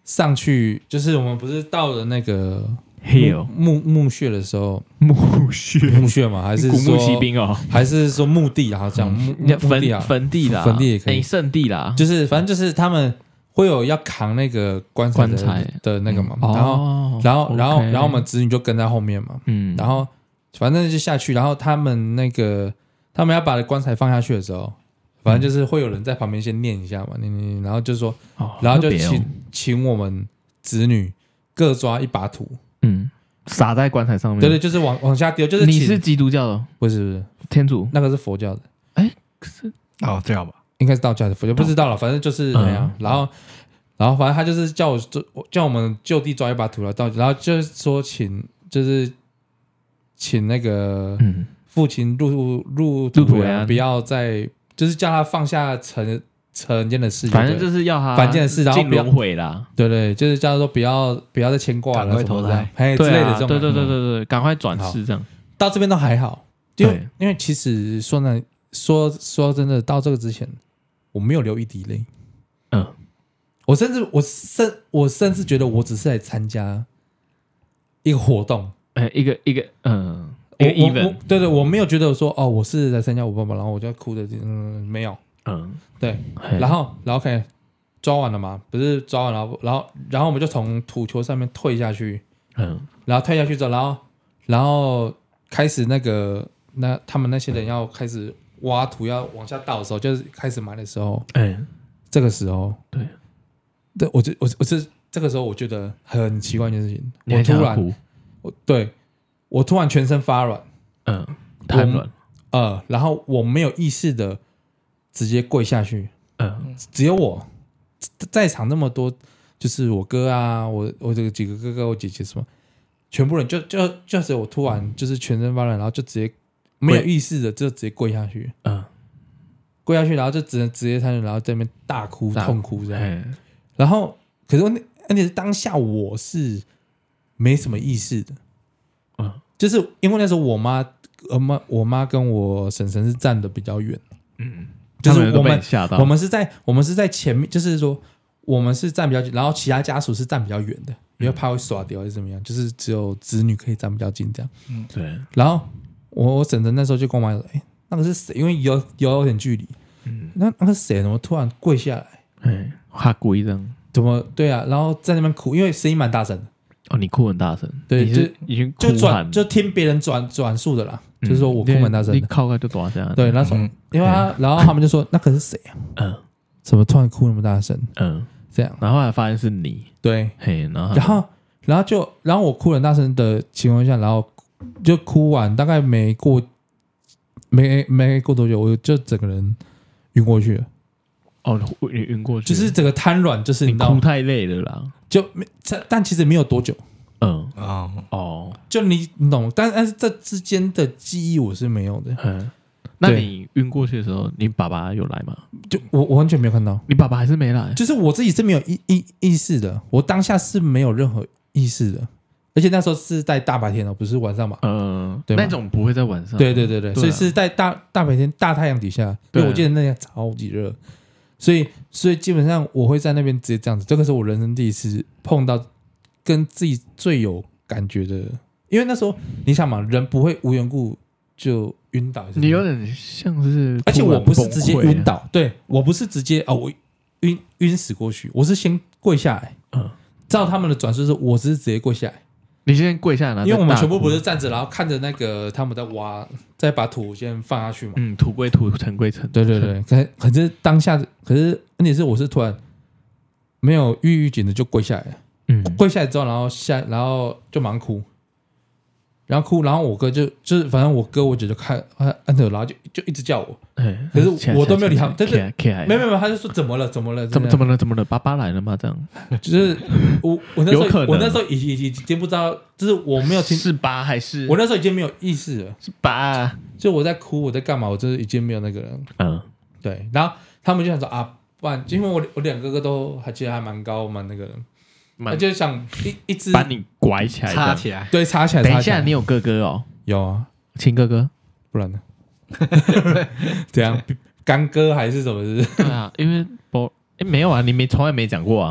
上去，就是我们不是到了那个 hill 墓墓穴的时候， 墓穴墓穴嘛，还是古墓奇兵哦， 还是说墓地啊？这样墓墓地啊， 坟地啦， 坟地也可以， 圣地啦， 就是反正就是他们会有要扛那个棺材的, 材的那个嘛， 嗯、 然后、 哦、 然后然后 okay 然后我们子女就跟在后面嘛，嗯，然后反正就下去，然后他们那个他们要把棺材放下去的时候。反正就是会有人在旁边先念一下嘛，念念念，然后就说，哦、然后就请、哦、请我们子女各抓一把土， 嗯，撒在棺材上面。 对对，就是往往下丢。就是你是基督教的， 不是不是天主， 那个是佛教的。 哎，可是道教吧？ 应该是道教的，佛教不知道了。反正就是那样、嗯。然后然后反正他就是叫我叫我们就地抓一把土来倒，然后就是说请就是请那个父亲入入土为安，不要再。就是叫他放下成成间的事， 反正就是要他凡间的事，然后不要轮回啦。 对对，就是叫他说不要不要再牵挂了，赶快投胎，哎之类的这种。 对对对对对，赶快转世这样。 到这边都还好，因为因为其实说呢，说说真的，到这个之前我没有流一滴泪。嗯，我甚至我甚我甚至觉得我只是来参加一个活动， 哎，一个一个嗯。 我我对对，我没有觉得说哦，我是来参加我爸爸，然后我就哭的，嗯，没有，嗯，对，然后然后 OK 抓完了嘛，不是抓完了，然后然后我们就从土球上面退下去，嗯，然后退下去之后，然后然后开始那个那他们那些人要开始挖土要往下倒的时候，就是开始埋的时候，哎，这个时候，对，对我就我我是这个时候我觉得很奇怪一件事情，我突然我对。我突然全身发软， 嗯，瘫软， 呃，然后我没有意识的直接跪下去，嗯，只有我在场那么多，就是我哥啊，我我这个几个哥哥，我姐姐什么，全部人就就就只有我突然就是全身发软，然后就直接没有意识的就直接跪下去，嗯，跪下去，然后就只能直接瘫软，然后在那边大哭痛哭这样，然后可是问题问题是当下我是没什么意识的。嗯，就是因为那时候我妈、我妈、我妈跟我婶婶是站的比较远，嗯，就是我们我们是在我们是在前面，就是说我们是站比较近，然后其他家属是站比较远的，因为怕会耍掉还是怎么样，就是只有子女可以站比较近这样。嗯，对。然后我我婶婶那时候就跟我妈说：“哎、欸，那个是谁？因为有有有点距离，嗯，那那个谁怎么突然跪下来？ 哎，他跪这样， 怎么对啊？然后在那边哭，因为声音蛮大声的。” 哦，你哭很大声， 对，就已经就转就听别人转转述的啦、嗯，就是说我哭很大声， 你靠开就多这样。 对，那时候、嗯、因为他、嗯，然后他们就说那可是谁啊？嗯，怎么突然哭那么大声？嗯，这样， 然后后来发现是你， 对， 嘿，然后然后然后就然后我哭很大声的情况下，然后就哭完，大概没过没没过多久，我就整个人晕过去了。 哦，你晕过去， 就是整个瘫软，就是你哭太累了啦。 就没，但其实没有多久， 嗯哦哦， 就你你懂，但但是这之间的记忆我是没有的。嗯， 那你晕过去的时候，你爸爸有来吗？ 就我我完全没有看到， 你爸爸还是没来， 就是我自己是没有意意意识的，我当下是没有任何意识的，而且那时候是在大白天哦，不是晚上嘛， 嗯，对，那种不会在晚上， 对对对 对, 對、啊，所以是在大大白天大太阳底下，因为我记得那天超级热。所以，所以基本上我会在那边直接这样子，这个是我人生第一次碰到跟自己最有感觉的，因为那时候你想嘛，人不会无缘故就晕倒， 你有点像是， 而且我不是直接晕倒，对我不是直接哦，我晕晕死过去，我是先跪下来，嗯，照他们的转述是，我只是直接跪下来。 你先跪下来， 因为我们全部不是站着，然后看着那个他们在挖，再把土先放下去嘛。 嗯，土归土，尘归尘。 对对对，可可是当下，可是问题是我是突然没有预预警的就跪下来了。嗯，跪下来之后，然后下，然后就忙哭，然后哭，然后我哥就就是反正我哥我姐就看按着，然后就就一直叫我，可是我都没有理他们，但是没有没有，他就说怎么了怎么了怎么怎么了怎么了，爸爸来了吗？这样就是我我那时候我那时候已经已经不知道，就是我没有听是爸还是我那时候已经没有意识了， 是爸， 就我在哭我在干嘛，我就是已经没有那个人，嗯，对，然后他们就想说啊，不然因为我我两个哥哥都还其实还蛮高蛮那个人。他就想一一直把你拐起来， 插起来， 对，插起来。 等一下，你有哥哥哦？ 有啊， 亲哥哥， 不然呢？怎样？干哥还是什么？是？ 对啊，因为我哎没有啊，你没从来没讲过啊。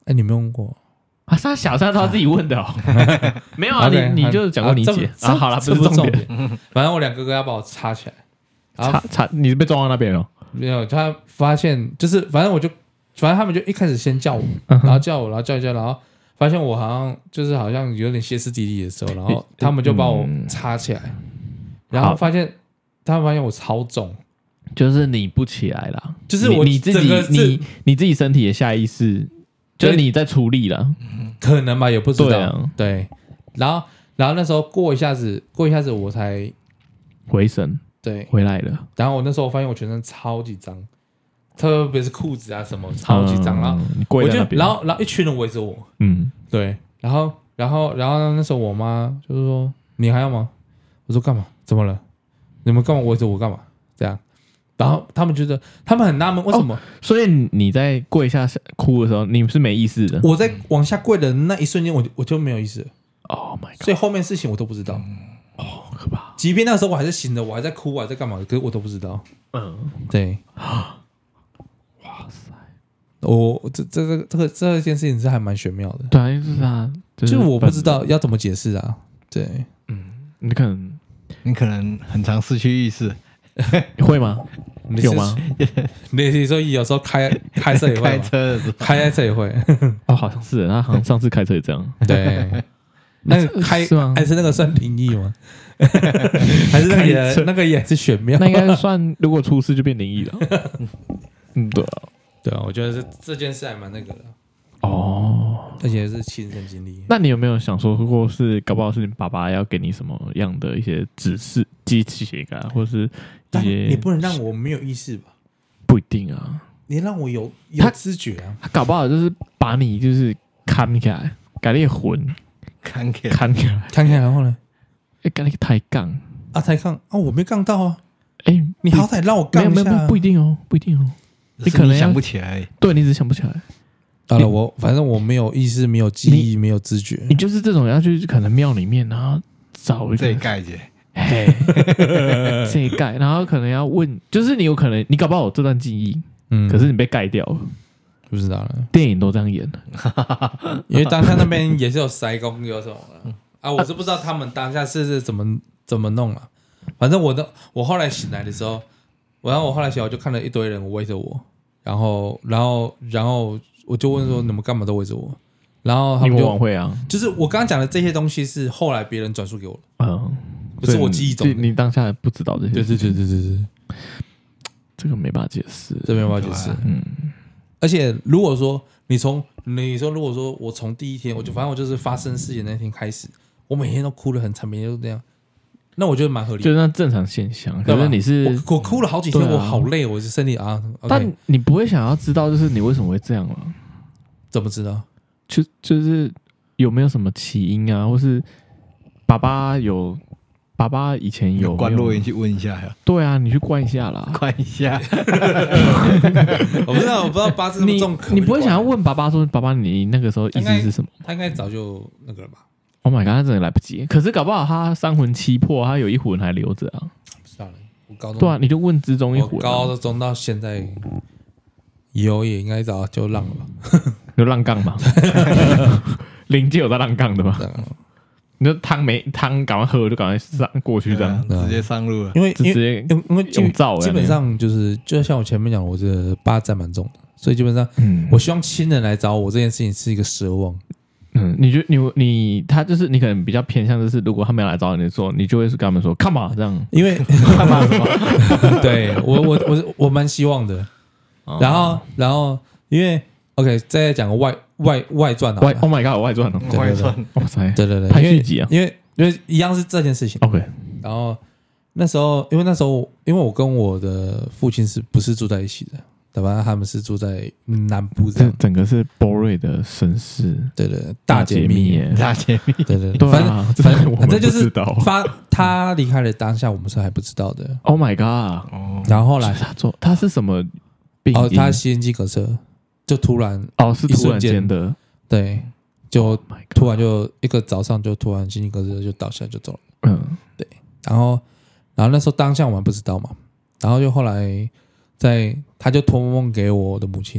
哎，你没问过啊？他小三他自己问的哦，没有啊？你你就讲过你姐啊？好了，不是重点， 反正我两哥哥要把我插起来， 插插你是被撞到那边了？ 没有，他发现就是反正我就反正他们就一开始先叫我，然后叫我，然后叫一叫，然后发现我好像就是好像有点歇斯底里的时候，然后他们就把我插起来，然后发现他们发现我超重。 就是你不起来啦， 就是我你自己你你自己身体的下意识，就是你在处理了， 可能吧，也不知道。 对啊， 对，然后然后那时候过一下子，过一下子我才回神， 对， 回来了。 然后我那时候我发现我全身超级脏，特别是裤子啊什么超级脏，然后我就然后然后一群人围着我，嗯，对，然后然后然后那时候我妈就是说你还要吗？我说干嘛？怎么了？你们干嘛围着我干嘛？这样。然后他们觉得，他们很纳闷为什么、哦？ 所以你在跪下哭的时候，你是没意识的。 我在往下跪的那一瞬间，我就我就没有意识了。 Oh my god！ 所以后面事情我都不知道。 哦，可怕！ 即便那时候我还是醒的，我还在哭，我还在干嘛，可是我都不知道。嗯，对。哇塞！我这这个这个这件事情是还蛮玄妙的。 对啊，就是啊， 就是、就是我不知道要怎么解释啊。对， 嗯，你可能你可能很常失去意识。 会吗？有吗？ 你说有时候开开车也会， 开车的时候开车也会。 哦，好像是，他好像上次开车也这样。 对，那个开是吗？还是那个算灵异吗？还是那个也那个也是玄妙？ 那应该算，如果出事就变灵异了。嗯，对啊， 对啊，我觉得这这件事还蛮那个的。 哦， 而且是亲身经历。 那你有没有想说，如果是搞不好是你爸爸要给你什么样的一些指示、机器感，或是一些？ 你不能让我没有意识吧？ 不一定啊， 你让我有有知觉啊。 他搞不好就是把你就是看起来，改你魂看起来， 看起来， 看起来，然后呢？ 哎，改你抬杠啊，抬杠啊，我没杠到啊。 哎， 你好歹让我杠一下。 没有没有，不一定哦，不一定哦。 你可能想不起来， 对，你只想不起来。 好了，我反正我没有意识，没有记忆，没有知觉。 你就是这种要去可能庙里面，然后找一个这一盖姐， 嘿，这一盖，然后可能要问，就是你有可能你搞不好有这段记忆，嗯，可是你被盖掉了， 不知道了。 电影都这样演的， 因为当下那边也是有塞工有什么的啊，我是不知道他们当下是是怎么怎么弄了。反正我的我后来醒来的时候，然后我后来醒来我就看了一堆人围着我，然后然后然后。我就问说你们干嘛都围着我，然后他们就晚会啊， 就是我刚刚讲的这些东西是后来别人转述给我的，嗯，不是我记忆中的， 你当下不知道这些， 对对对对对对， 这个没办法解释， 这没办法解释，嗯，而且如果说你从你说如果说我从第一天我就反正我就是发生事情那天开始，我每天都哭得很惨，每天都这样，那我觉得蛮合理的， 就是那正常现象。可是你是我, 我哭了好几天，啊、我好累，我是身体啊。Okay、 但你不会想要知道，就是你为什么会这样吗？ 怎么知道？ 就就是有没有什么起因啊，或是爸爸有爸爸以前有关洛言去问一下呀？ 对啊，你去关一下啦， 关一下。 我不知道，我不知道八字那么重， 你你不会想要问爸爸说，爸爸你那个时候意思是什么？ 他应该早就那个了吧？ Oh my god， 他真的来不及。可是搞不好他三魂七魄，他有一魂还留着啊。 不知道了，我高中对啊，你就问之中一魂、啊。 我高中到现在有也应该早就浪了吧？ 就浪杠嘛，灵界有在浪杠的嘛？你就汤没汤，赶快喝，就赶快上过去这样， 直接上路了。 因为直接因为用造， 基本上就是就像我前面讲，我这个八字蛮重的，所以基本上，嗯，我希望亲人来找我这件事情是一个奢望。 嗯，你觉你你他就是你可能比较偏向就是，如果他们要来找你的时候，你就会是跟他们说干嘛这样？ 因为干嘛什么？对我我我我蛮希望的。然后然后因为 OK， 再讲个外外外传啊 ，Oh my god， 外传哦， 外传， 哇塞， 对对对， 拍续集啊， 因为因为一样是这件事情 ，OK。 然后那时候因为那时候因为我跟我的父亲是不是住在一起的？对吧？他们是住在南部，这整个是波瑞的身世， 对对，大解密， 大解密， 对对对， 反正反正反正就是发他离开了当下，我们是还不知道的。 Oh my god！ 然后后来他做他是什么病？ 哦，他吸烟机隔车，就突然哦是突然间的， 对，就突然就一个早上就突然吸烟机隔车就倒下就走了。嗯，对。然后然后那时候当下我们不知道嘛，然后就后来。在，他就托梦给我的母亲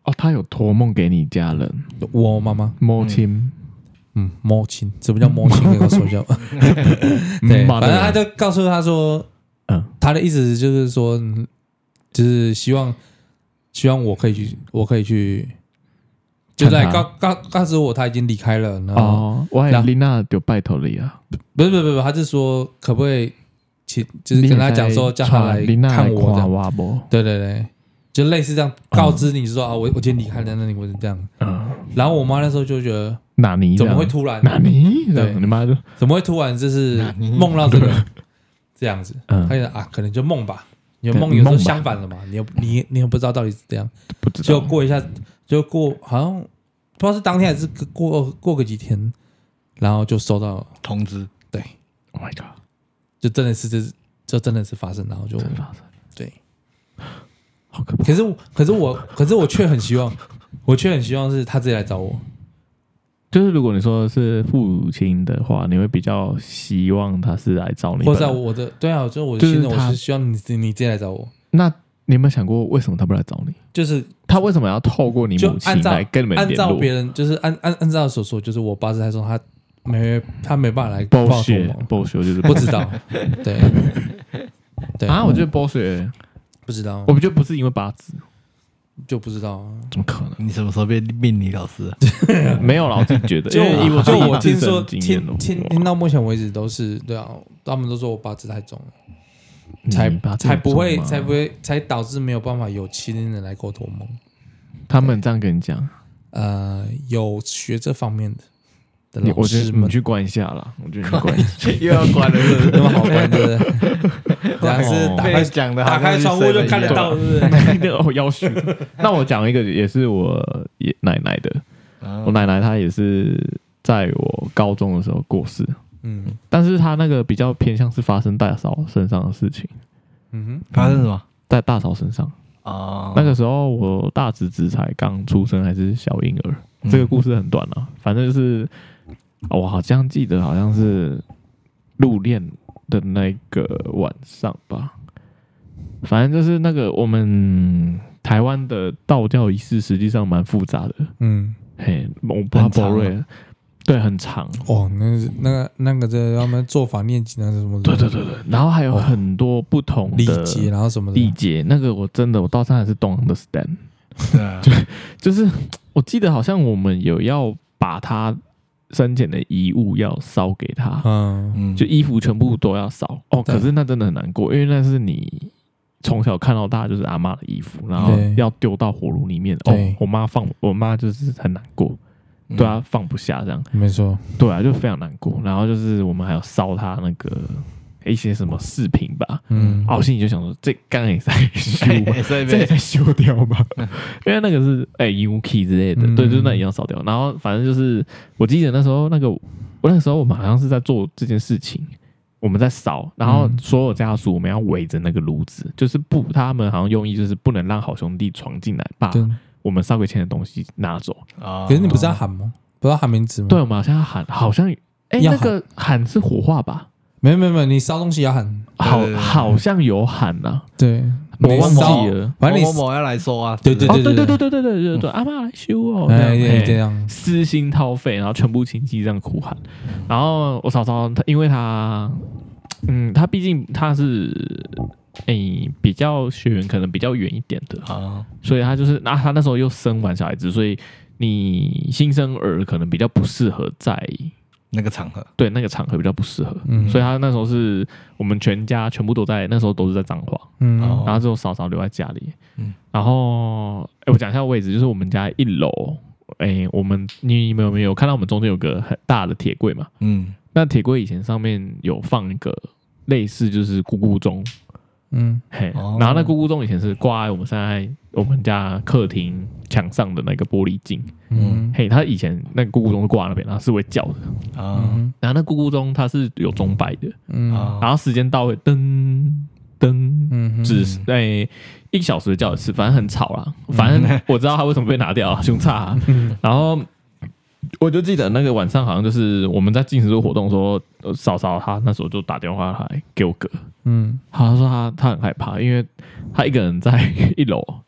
哦，他有托梦给你家人， 我妈妈母亲， 嗯，母亲，什么叫母亲？跟我说一下。对，反正他就告诉他说，嗯，他的意思就是说，就是希望希望我可以去，我可以去。就在告告告诉我他已经离开了，然后哦，我还丽娜就拜托了呀， 不是不是不是，他是说可不可以，其就是跟他讲说叫他来看我这样，对对对，就类似这样告知你说啊，我我今天离开了，那你会是这样，嗯，然后我妈那时候就觉得哪尼怎么会突然哪尼，对，你妈就怎么会突然就是梦到这个这样子，他觉得啊可能就梦吧，你梦有时候相反了嘛，你又你你又不知道到底是怎样， 不知道， 就过一下。就过好像不知道是当天还是过过个几天，然后就收到通知。 对 ，Oh my god， 就真的是这这真的是发生，然后就真的发生。 对， 好可怕。 可是可是我可是我却很希望，我却很希望是他自己来找我。 就是如果你说是父亲的话，你会比较希望他是来找你， 或者我的对啊，就我的心中我是希望你你自己来找我。 那你有没有想过，为什么他不来找你？ 就是他为什么要透过你母亲来跟你们联络？ 按照别人，就是按按按照所说，就是我八字太重，他没他没办法来剥削剥削，就是不知道。对对啊，我觉得剥削不知道， 我觉得不是因为八字， 就不知道啊， 怎么可能？ 你什么时候变命理老师？ 没有啦，我自己觉得， 就我就我听说听听听到目前为止都是对啊，他们都说我八字太重了。才才不会才不会才导致没有办法有亲人来沟通梦。 他们这样跟你讲， 呃，有学这方面的的老师们， 你去关一下啦。我觉得你关一下， 又要关了，是不是？ 那么好关的，这样是打开讲的， 打开窗户就看得到，是不是？哦，要许。那我讲一个，也是我爷奶奶的。我奶奶她也是在我高中的时候过世。嗯，但是他那个比较偏向是发生大嫂身上的事情。 嗯哼，发生什么？ 在大嫂身上哦。那个时候我大侄子才刚出生，还是小婴儿。嗯、这个故事很短啊，反正就是我好像记得好像是入殓的那个晚上吧。反正就是那个我们台湾的道教仪式实际上蛮复杂的。嗯，嘿，我不知道波瑞。对，很长哦，那那个那个在他们做法念经啊什么的， 对对对对，然后还有很多不同的礼节，然后什么礼节，那个我真的我到现在还是 don't understand， 对、啊，就就是我记得好像我们有要把他生前的遗物要烧给他，嗯，就衣服全部都要烧哦，可是那真的很难过，因为那是你从小看到大就是阿嬷的衣服，然后要丢到火炉里面，哦，我妈放我妈就是很难过。对啊，放不下这样， 没错。 对啊，就非常难过。然后就是我们还要烧他那个一些什么饰品吧。嗯，啊，我心里就想说，这刚也在修，这也在修掉吧？因为那个是哎 U K 之类的，嗯、对，就是那一样烧掉。然后反正就是，我记得那时候那个，我那个时候我们好像是在做这件事情，我们在烧，然后所有家属我们要围着那个炉子，就是不，他们好像用意就是不能让好兄弟闯进来吧。我们烧给钱的东西拿走啊！可是你不是要喊吗？不是要喊名字吗？ 对，我们好像要喊，好像哎，那个喊是火化吧？ 没有没有没有，你烧东西要喊， 好，好像有喊呐。 对， 我忘记了， 反正某某要来收啊！ 对对对对对对对对对对对，阿妈来修哦！ 哎，这样私心掏肺，然后全部亲戚这样哭喊。然后我嫂嫂她，因为她，嗯，她毕竟她是。哎、欸，比较血缘可能比较远一点的啊，所以他就是那、啊、他那时候又生完小孩子，所以你新生儿可能比较不适合在那个场合， 对那个场合比较不适合，嗯，所以他那时候是我们全家全部都在那时候都是在彰化，嗯，然后只有嫂嫂留在家里，嗯，然后哎、欸，我讲一下位置，就是我们家一楼，哎、欸，我们你们有没有看到我们中间有个很大的铁柜嘛？嗯，那铁柜以前上面有放一个类似就是咕咕钟。嗯，嘿，哦、然后那咕咕钟以前是挂在我们现在我们家客厅墙上的那个玻璃镜，嗯，嘿，它以前那个咕咕钟是挂那边，然后是会叫的啊，嗯、然后那咕咕钟它是有钟摆的，嗯，然后时间到会噔噔，嗯，只哎一小时叫一次，反正很吵啦，反正我知道它为什么被拿掉了，凶差、啊，然后。我就记得那个晚上好像就是我们在进行这个活动的时候，嫂嫂她那时候就打电话来给我哥，嗯，他说他他很害怕，因为他一个人在一楼，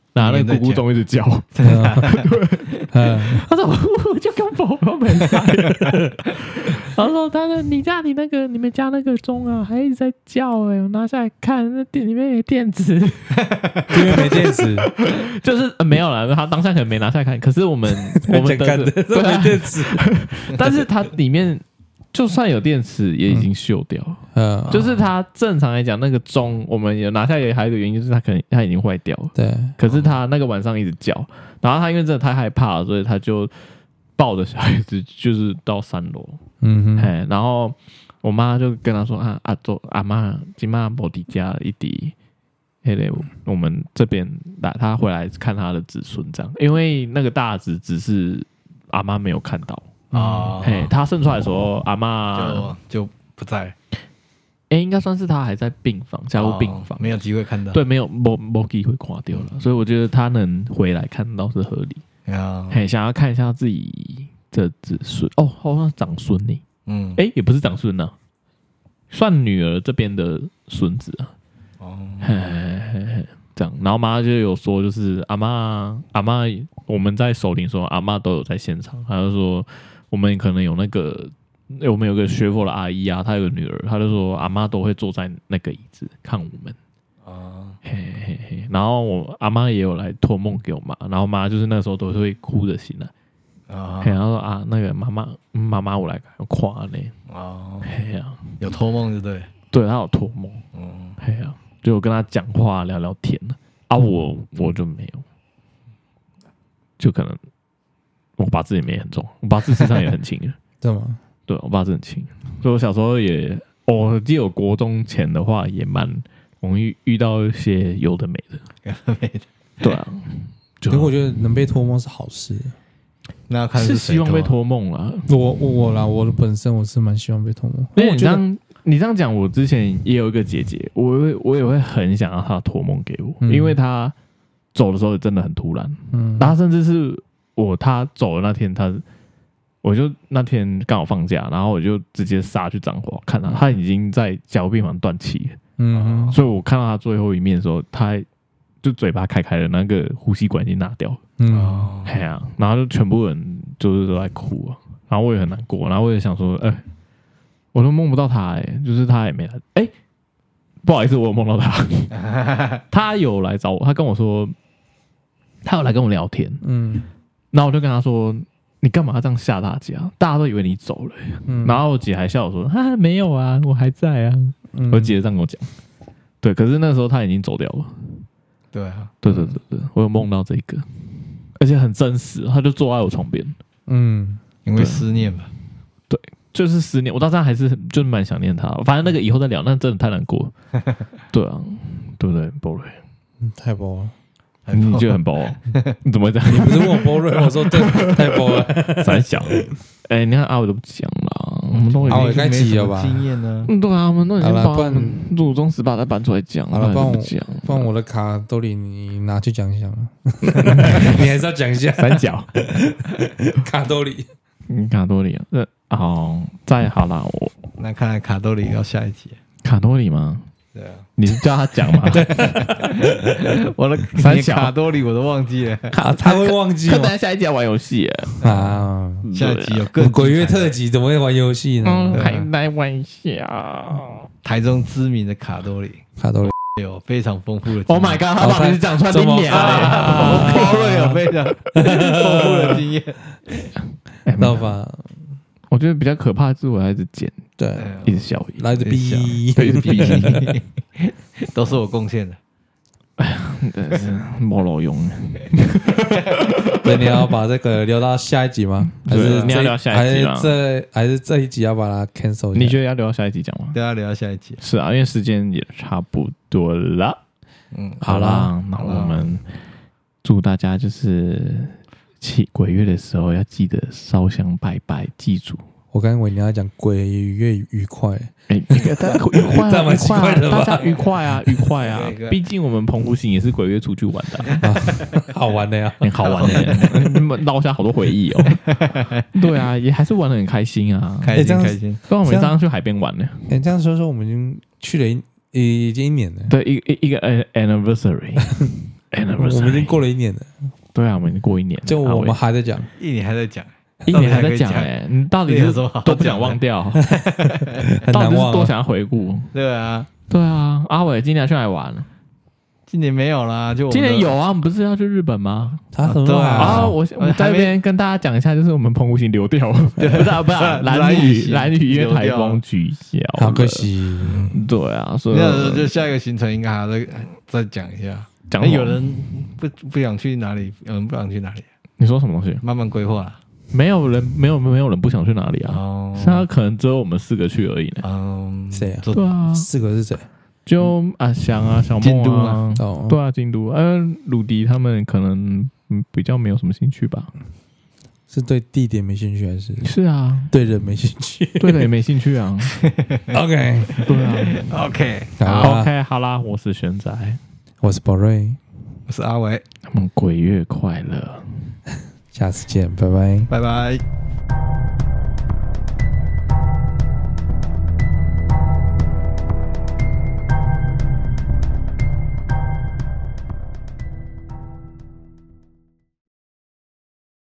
拿那个咕咕钟一直叫。对，他说我就跟宝宝没赛。他说他说你家你那个你们家那个钟啊，还一直在叫哎、欸，我拿下来看，那电里面没电池， 因为没电池， 就是、呃、没有了。他当下可能没拿下来看，可是我们我们的对没电池， 但是它里面就算有电池也已经锈掉了。嗯，就是它正常来讲那个钟，我们有拿下来还有一个原因就是它可能它已经坏掉了。对，可是他那个晚上一直叫，然后他因为真的太害怕了，所以他就抱着小孩子就是到三楼。嗯哼，然后我妈就跟他说啊啊，走阿妈今妈没在家一滴，嘿嘞，我们这边来他回来看他的子孙这样，因为那个大子只是阿妈没有看到啊，嘿，他生出来的时候阿妈就就不在， 哎、欸，应该算是他还在病房加入病房、哦， 没有机会看到， 对，没有没没机会垮掉了，嗯、所以我觉得他能回来看到是合理，啊，嘿，想要看一下自己。这子孙哦，好像长孙呢，嗯，哎、欸，也不是长孙呢、啊，算女儿这边的孙子啊，哦，嘿嘿嘿嘿这样，然后妈就有说，就是阿嬷阿嬷，我们在守灵说阿嬷都有在现场，她就说我们可能有那个，我们有个学佛的阿姨啊，她有个女儿，她就说阿嬷都会坐在那个椅子看我们，啊，嘿嘿嘿，然后我阿嬷也有来托梦给我妈，然后妈就是那时候都是会哭着醒来。啊，然后说啊，那个妈妈妈妈，我来夸呢。哦，嘿呀、啊， 有托梦对不对？ 对，他有托梦。嗯，嘿呀、啊，就我跟他讲话聊聊天啊，我我就没有，就可能我八字也没很重，我八字事实上也很轻的， 对吗？ 对，我八字很轻，所以我小时候也，我记得我国中前的话也蛮容易遇到一些有的没的，有的没的。对啊， 可是我觉得能被托梦是好事。 那看是, 是希望被托梦啦， 我我我啦，我的本身我是蛮希望被托梦。 因为你这样你这样讲，我之前也有一个姐姐，我我也会很想要她托梦给我，嗯、因为她走的时候真的很突然，嗯，然后甚至是我她走的那天，她我就那天刚好放假，然后我就直接杀去彰化看她，她已经在加护病房断气了，嗯，所以我看到她最后一面的时候，她就嘴巴开开的，那个呼吸管已经拿掉了。嗯，哎呀、啊，然后就全部人就是都在哭啊，然后我也很难过，然后我也想说，哎、欸，我都梦不到他、欸，哎，就是他也没来，哎、欸，不好意思，我有梦到他，他有来找我，他跟我说，他有来跟我聊天，嗯，然后我就跟他说，你干嘛这样吓大家？大家都以为你走了、欸，嗯，然后我姐还笑我说，哈，没有啊，我还在啊，嗯、我姐这样跟我讲，对，可是那时候他已经走掉了， 对啊， 对对对对，我有梦到这个。而且很真实，他就坐在我床边，嗯， 因为思念吧， 对，就是思念。我到现在还是就是蛮想念他，反正那个以后再聊，那真的太难过了，对啊，对不对，波瑞， 嗯，太包了， 你觉得很包、哦？你怎么会这样？ 你不是问我波瑞，我说对，太包了， 三小，哎、欸，你看阿伟都不讲了，我们都阿伟该急了吧？ 经验呢？ 嗯，对啊，我们都已经把祖宗十八代搬出来讲， 好了，帮我讲， 帮我的卡兜里你拿去讲一下啊，你还是要讲一下三角卡兜里， 嗯，卡兜里啊，那哦，再好啦，我那看来卡兜里要下一集， 卡多里吗？ 对啊， 你是叫他讲吗？对， 我的三卡多里我都忘记了， 卡他会忘记吗？ 可能下一集要玩游戏啊， 下一集有更鬼月特辑，怎么会玩游戏呢？ 嗯，还来玩一下。 台中知名的卡多里， 卡多里有非常丰富的。 Oh my god， 他把名字讲出来，你娘啊！ 波瑞有非常丰富的经验， 知道吧？ 我觉得比较可怕的是我还一直剪， 对， 一直消音， 来自 B， 一直 B， 都是我贡献的。 哎呀，真是没路用。 所以你要把这个留到下一集吗？还是你要聊下一集吗？ 还是这还是这一集要把它 cancel？ 你觉得要留到下一集讲吗？ 对啊，留到下一集。 是啊，因为时间也差不多了。嗯，好啦，那我们祝大家就是七鬼月的时候要记得烧香拜拜，记住。 我刚以为你要讲鬼月愉快， 哎、欸，大家愉快、啊， 这蛮奇怪的吧？ 大家愉快啊，愉快啊！毕竟我们澎湖行也是鬼月出去玩的、啊啊， 好玩的呀， 很好玩的呀，捞下好多回忆哦。对啊，也还是玩得很开心啊， 开心开心。 刚我们刚刚去海边玩呢。 哎、欸，这样说说，我们已经去了一已经一年了， 对，一一一个 anniversary。 我们已经过了一年了。 对啊，我们已经过一年了， 就我们还在讲， 一年还在讲， 一年还在讲哎，你到底是都不想忘掉， 很难忘， 多想要回顾。 对啊， 对啊，阿伟今年去哪里玩了？ 今年没有啦，就今年有啊，我们不是要去日本吗？ 啊，对啊，我我在这边跟大家讲一下，就是我们澎湖行流掉了，不是不是兰屿兰屿因为台风取消， 好可惜。 对啊，所以那就下一个行程应该还要再再讲一下。讲有人不不想去哪里，有人不想去哪里？ 你说什么东西？ 慢慢规划。 没有人没有没有人不想去哪里啊？现在可能只有我们四个去而已呢。 嗯，谁啊？ 对啊， 四个是谁？ 就阿翔啊，小梦啊， 哦， 对啊，京都，呃，鲁迪他们可能比较没有什么兴趣吧。 是对地点没兴趣还是？ 是啊， 对人没兴趣， 对人也没兴趣啊。 OK， 对啊 ，OK， 好 OK， 好啦，我是玄仔， 我是宝瑞， 我是阿伟， 我们鬼月快乐， 下次见，拜拜， 拜拜。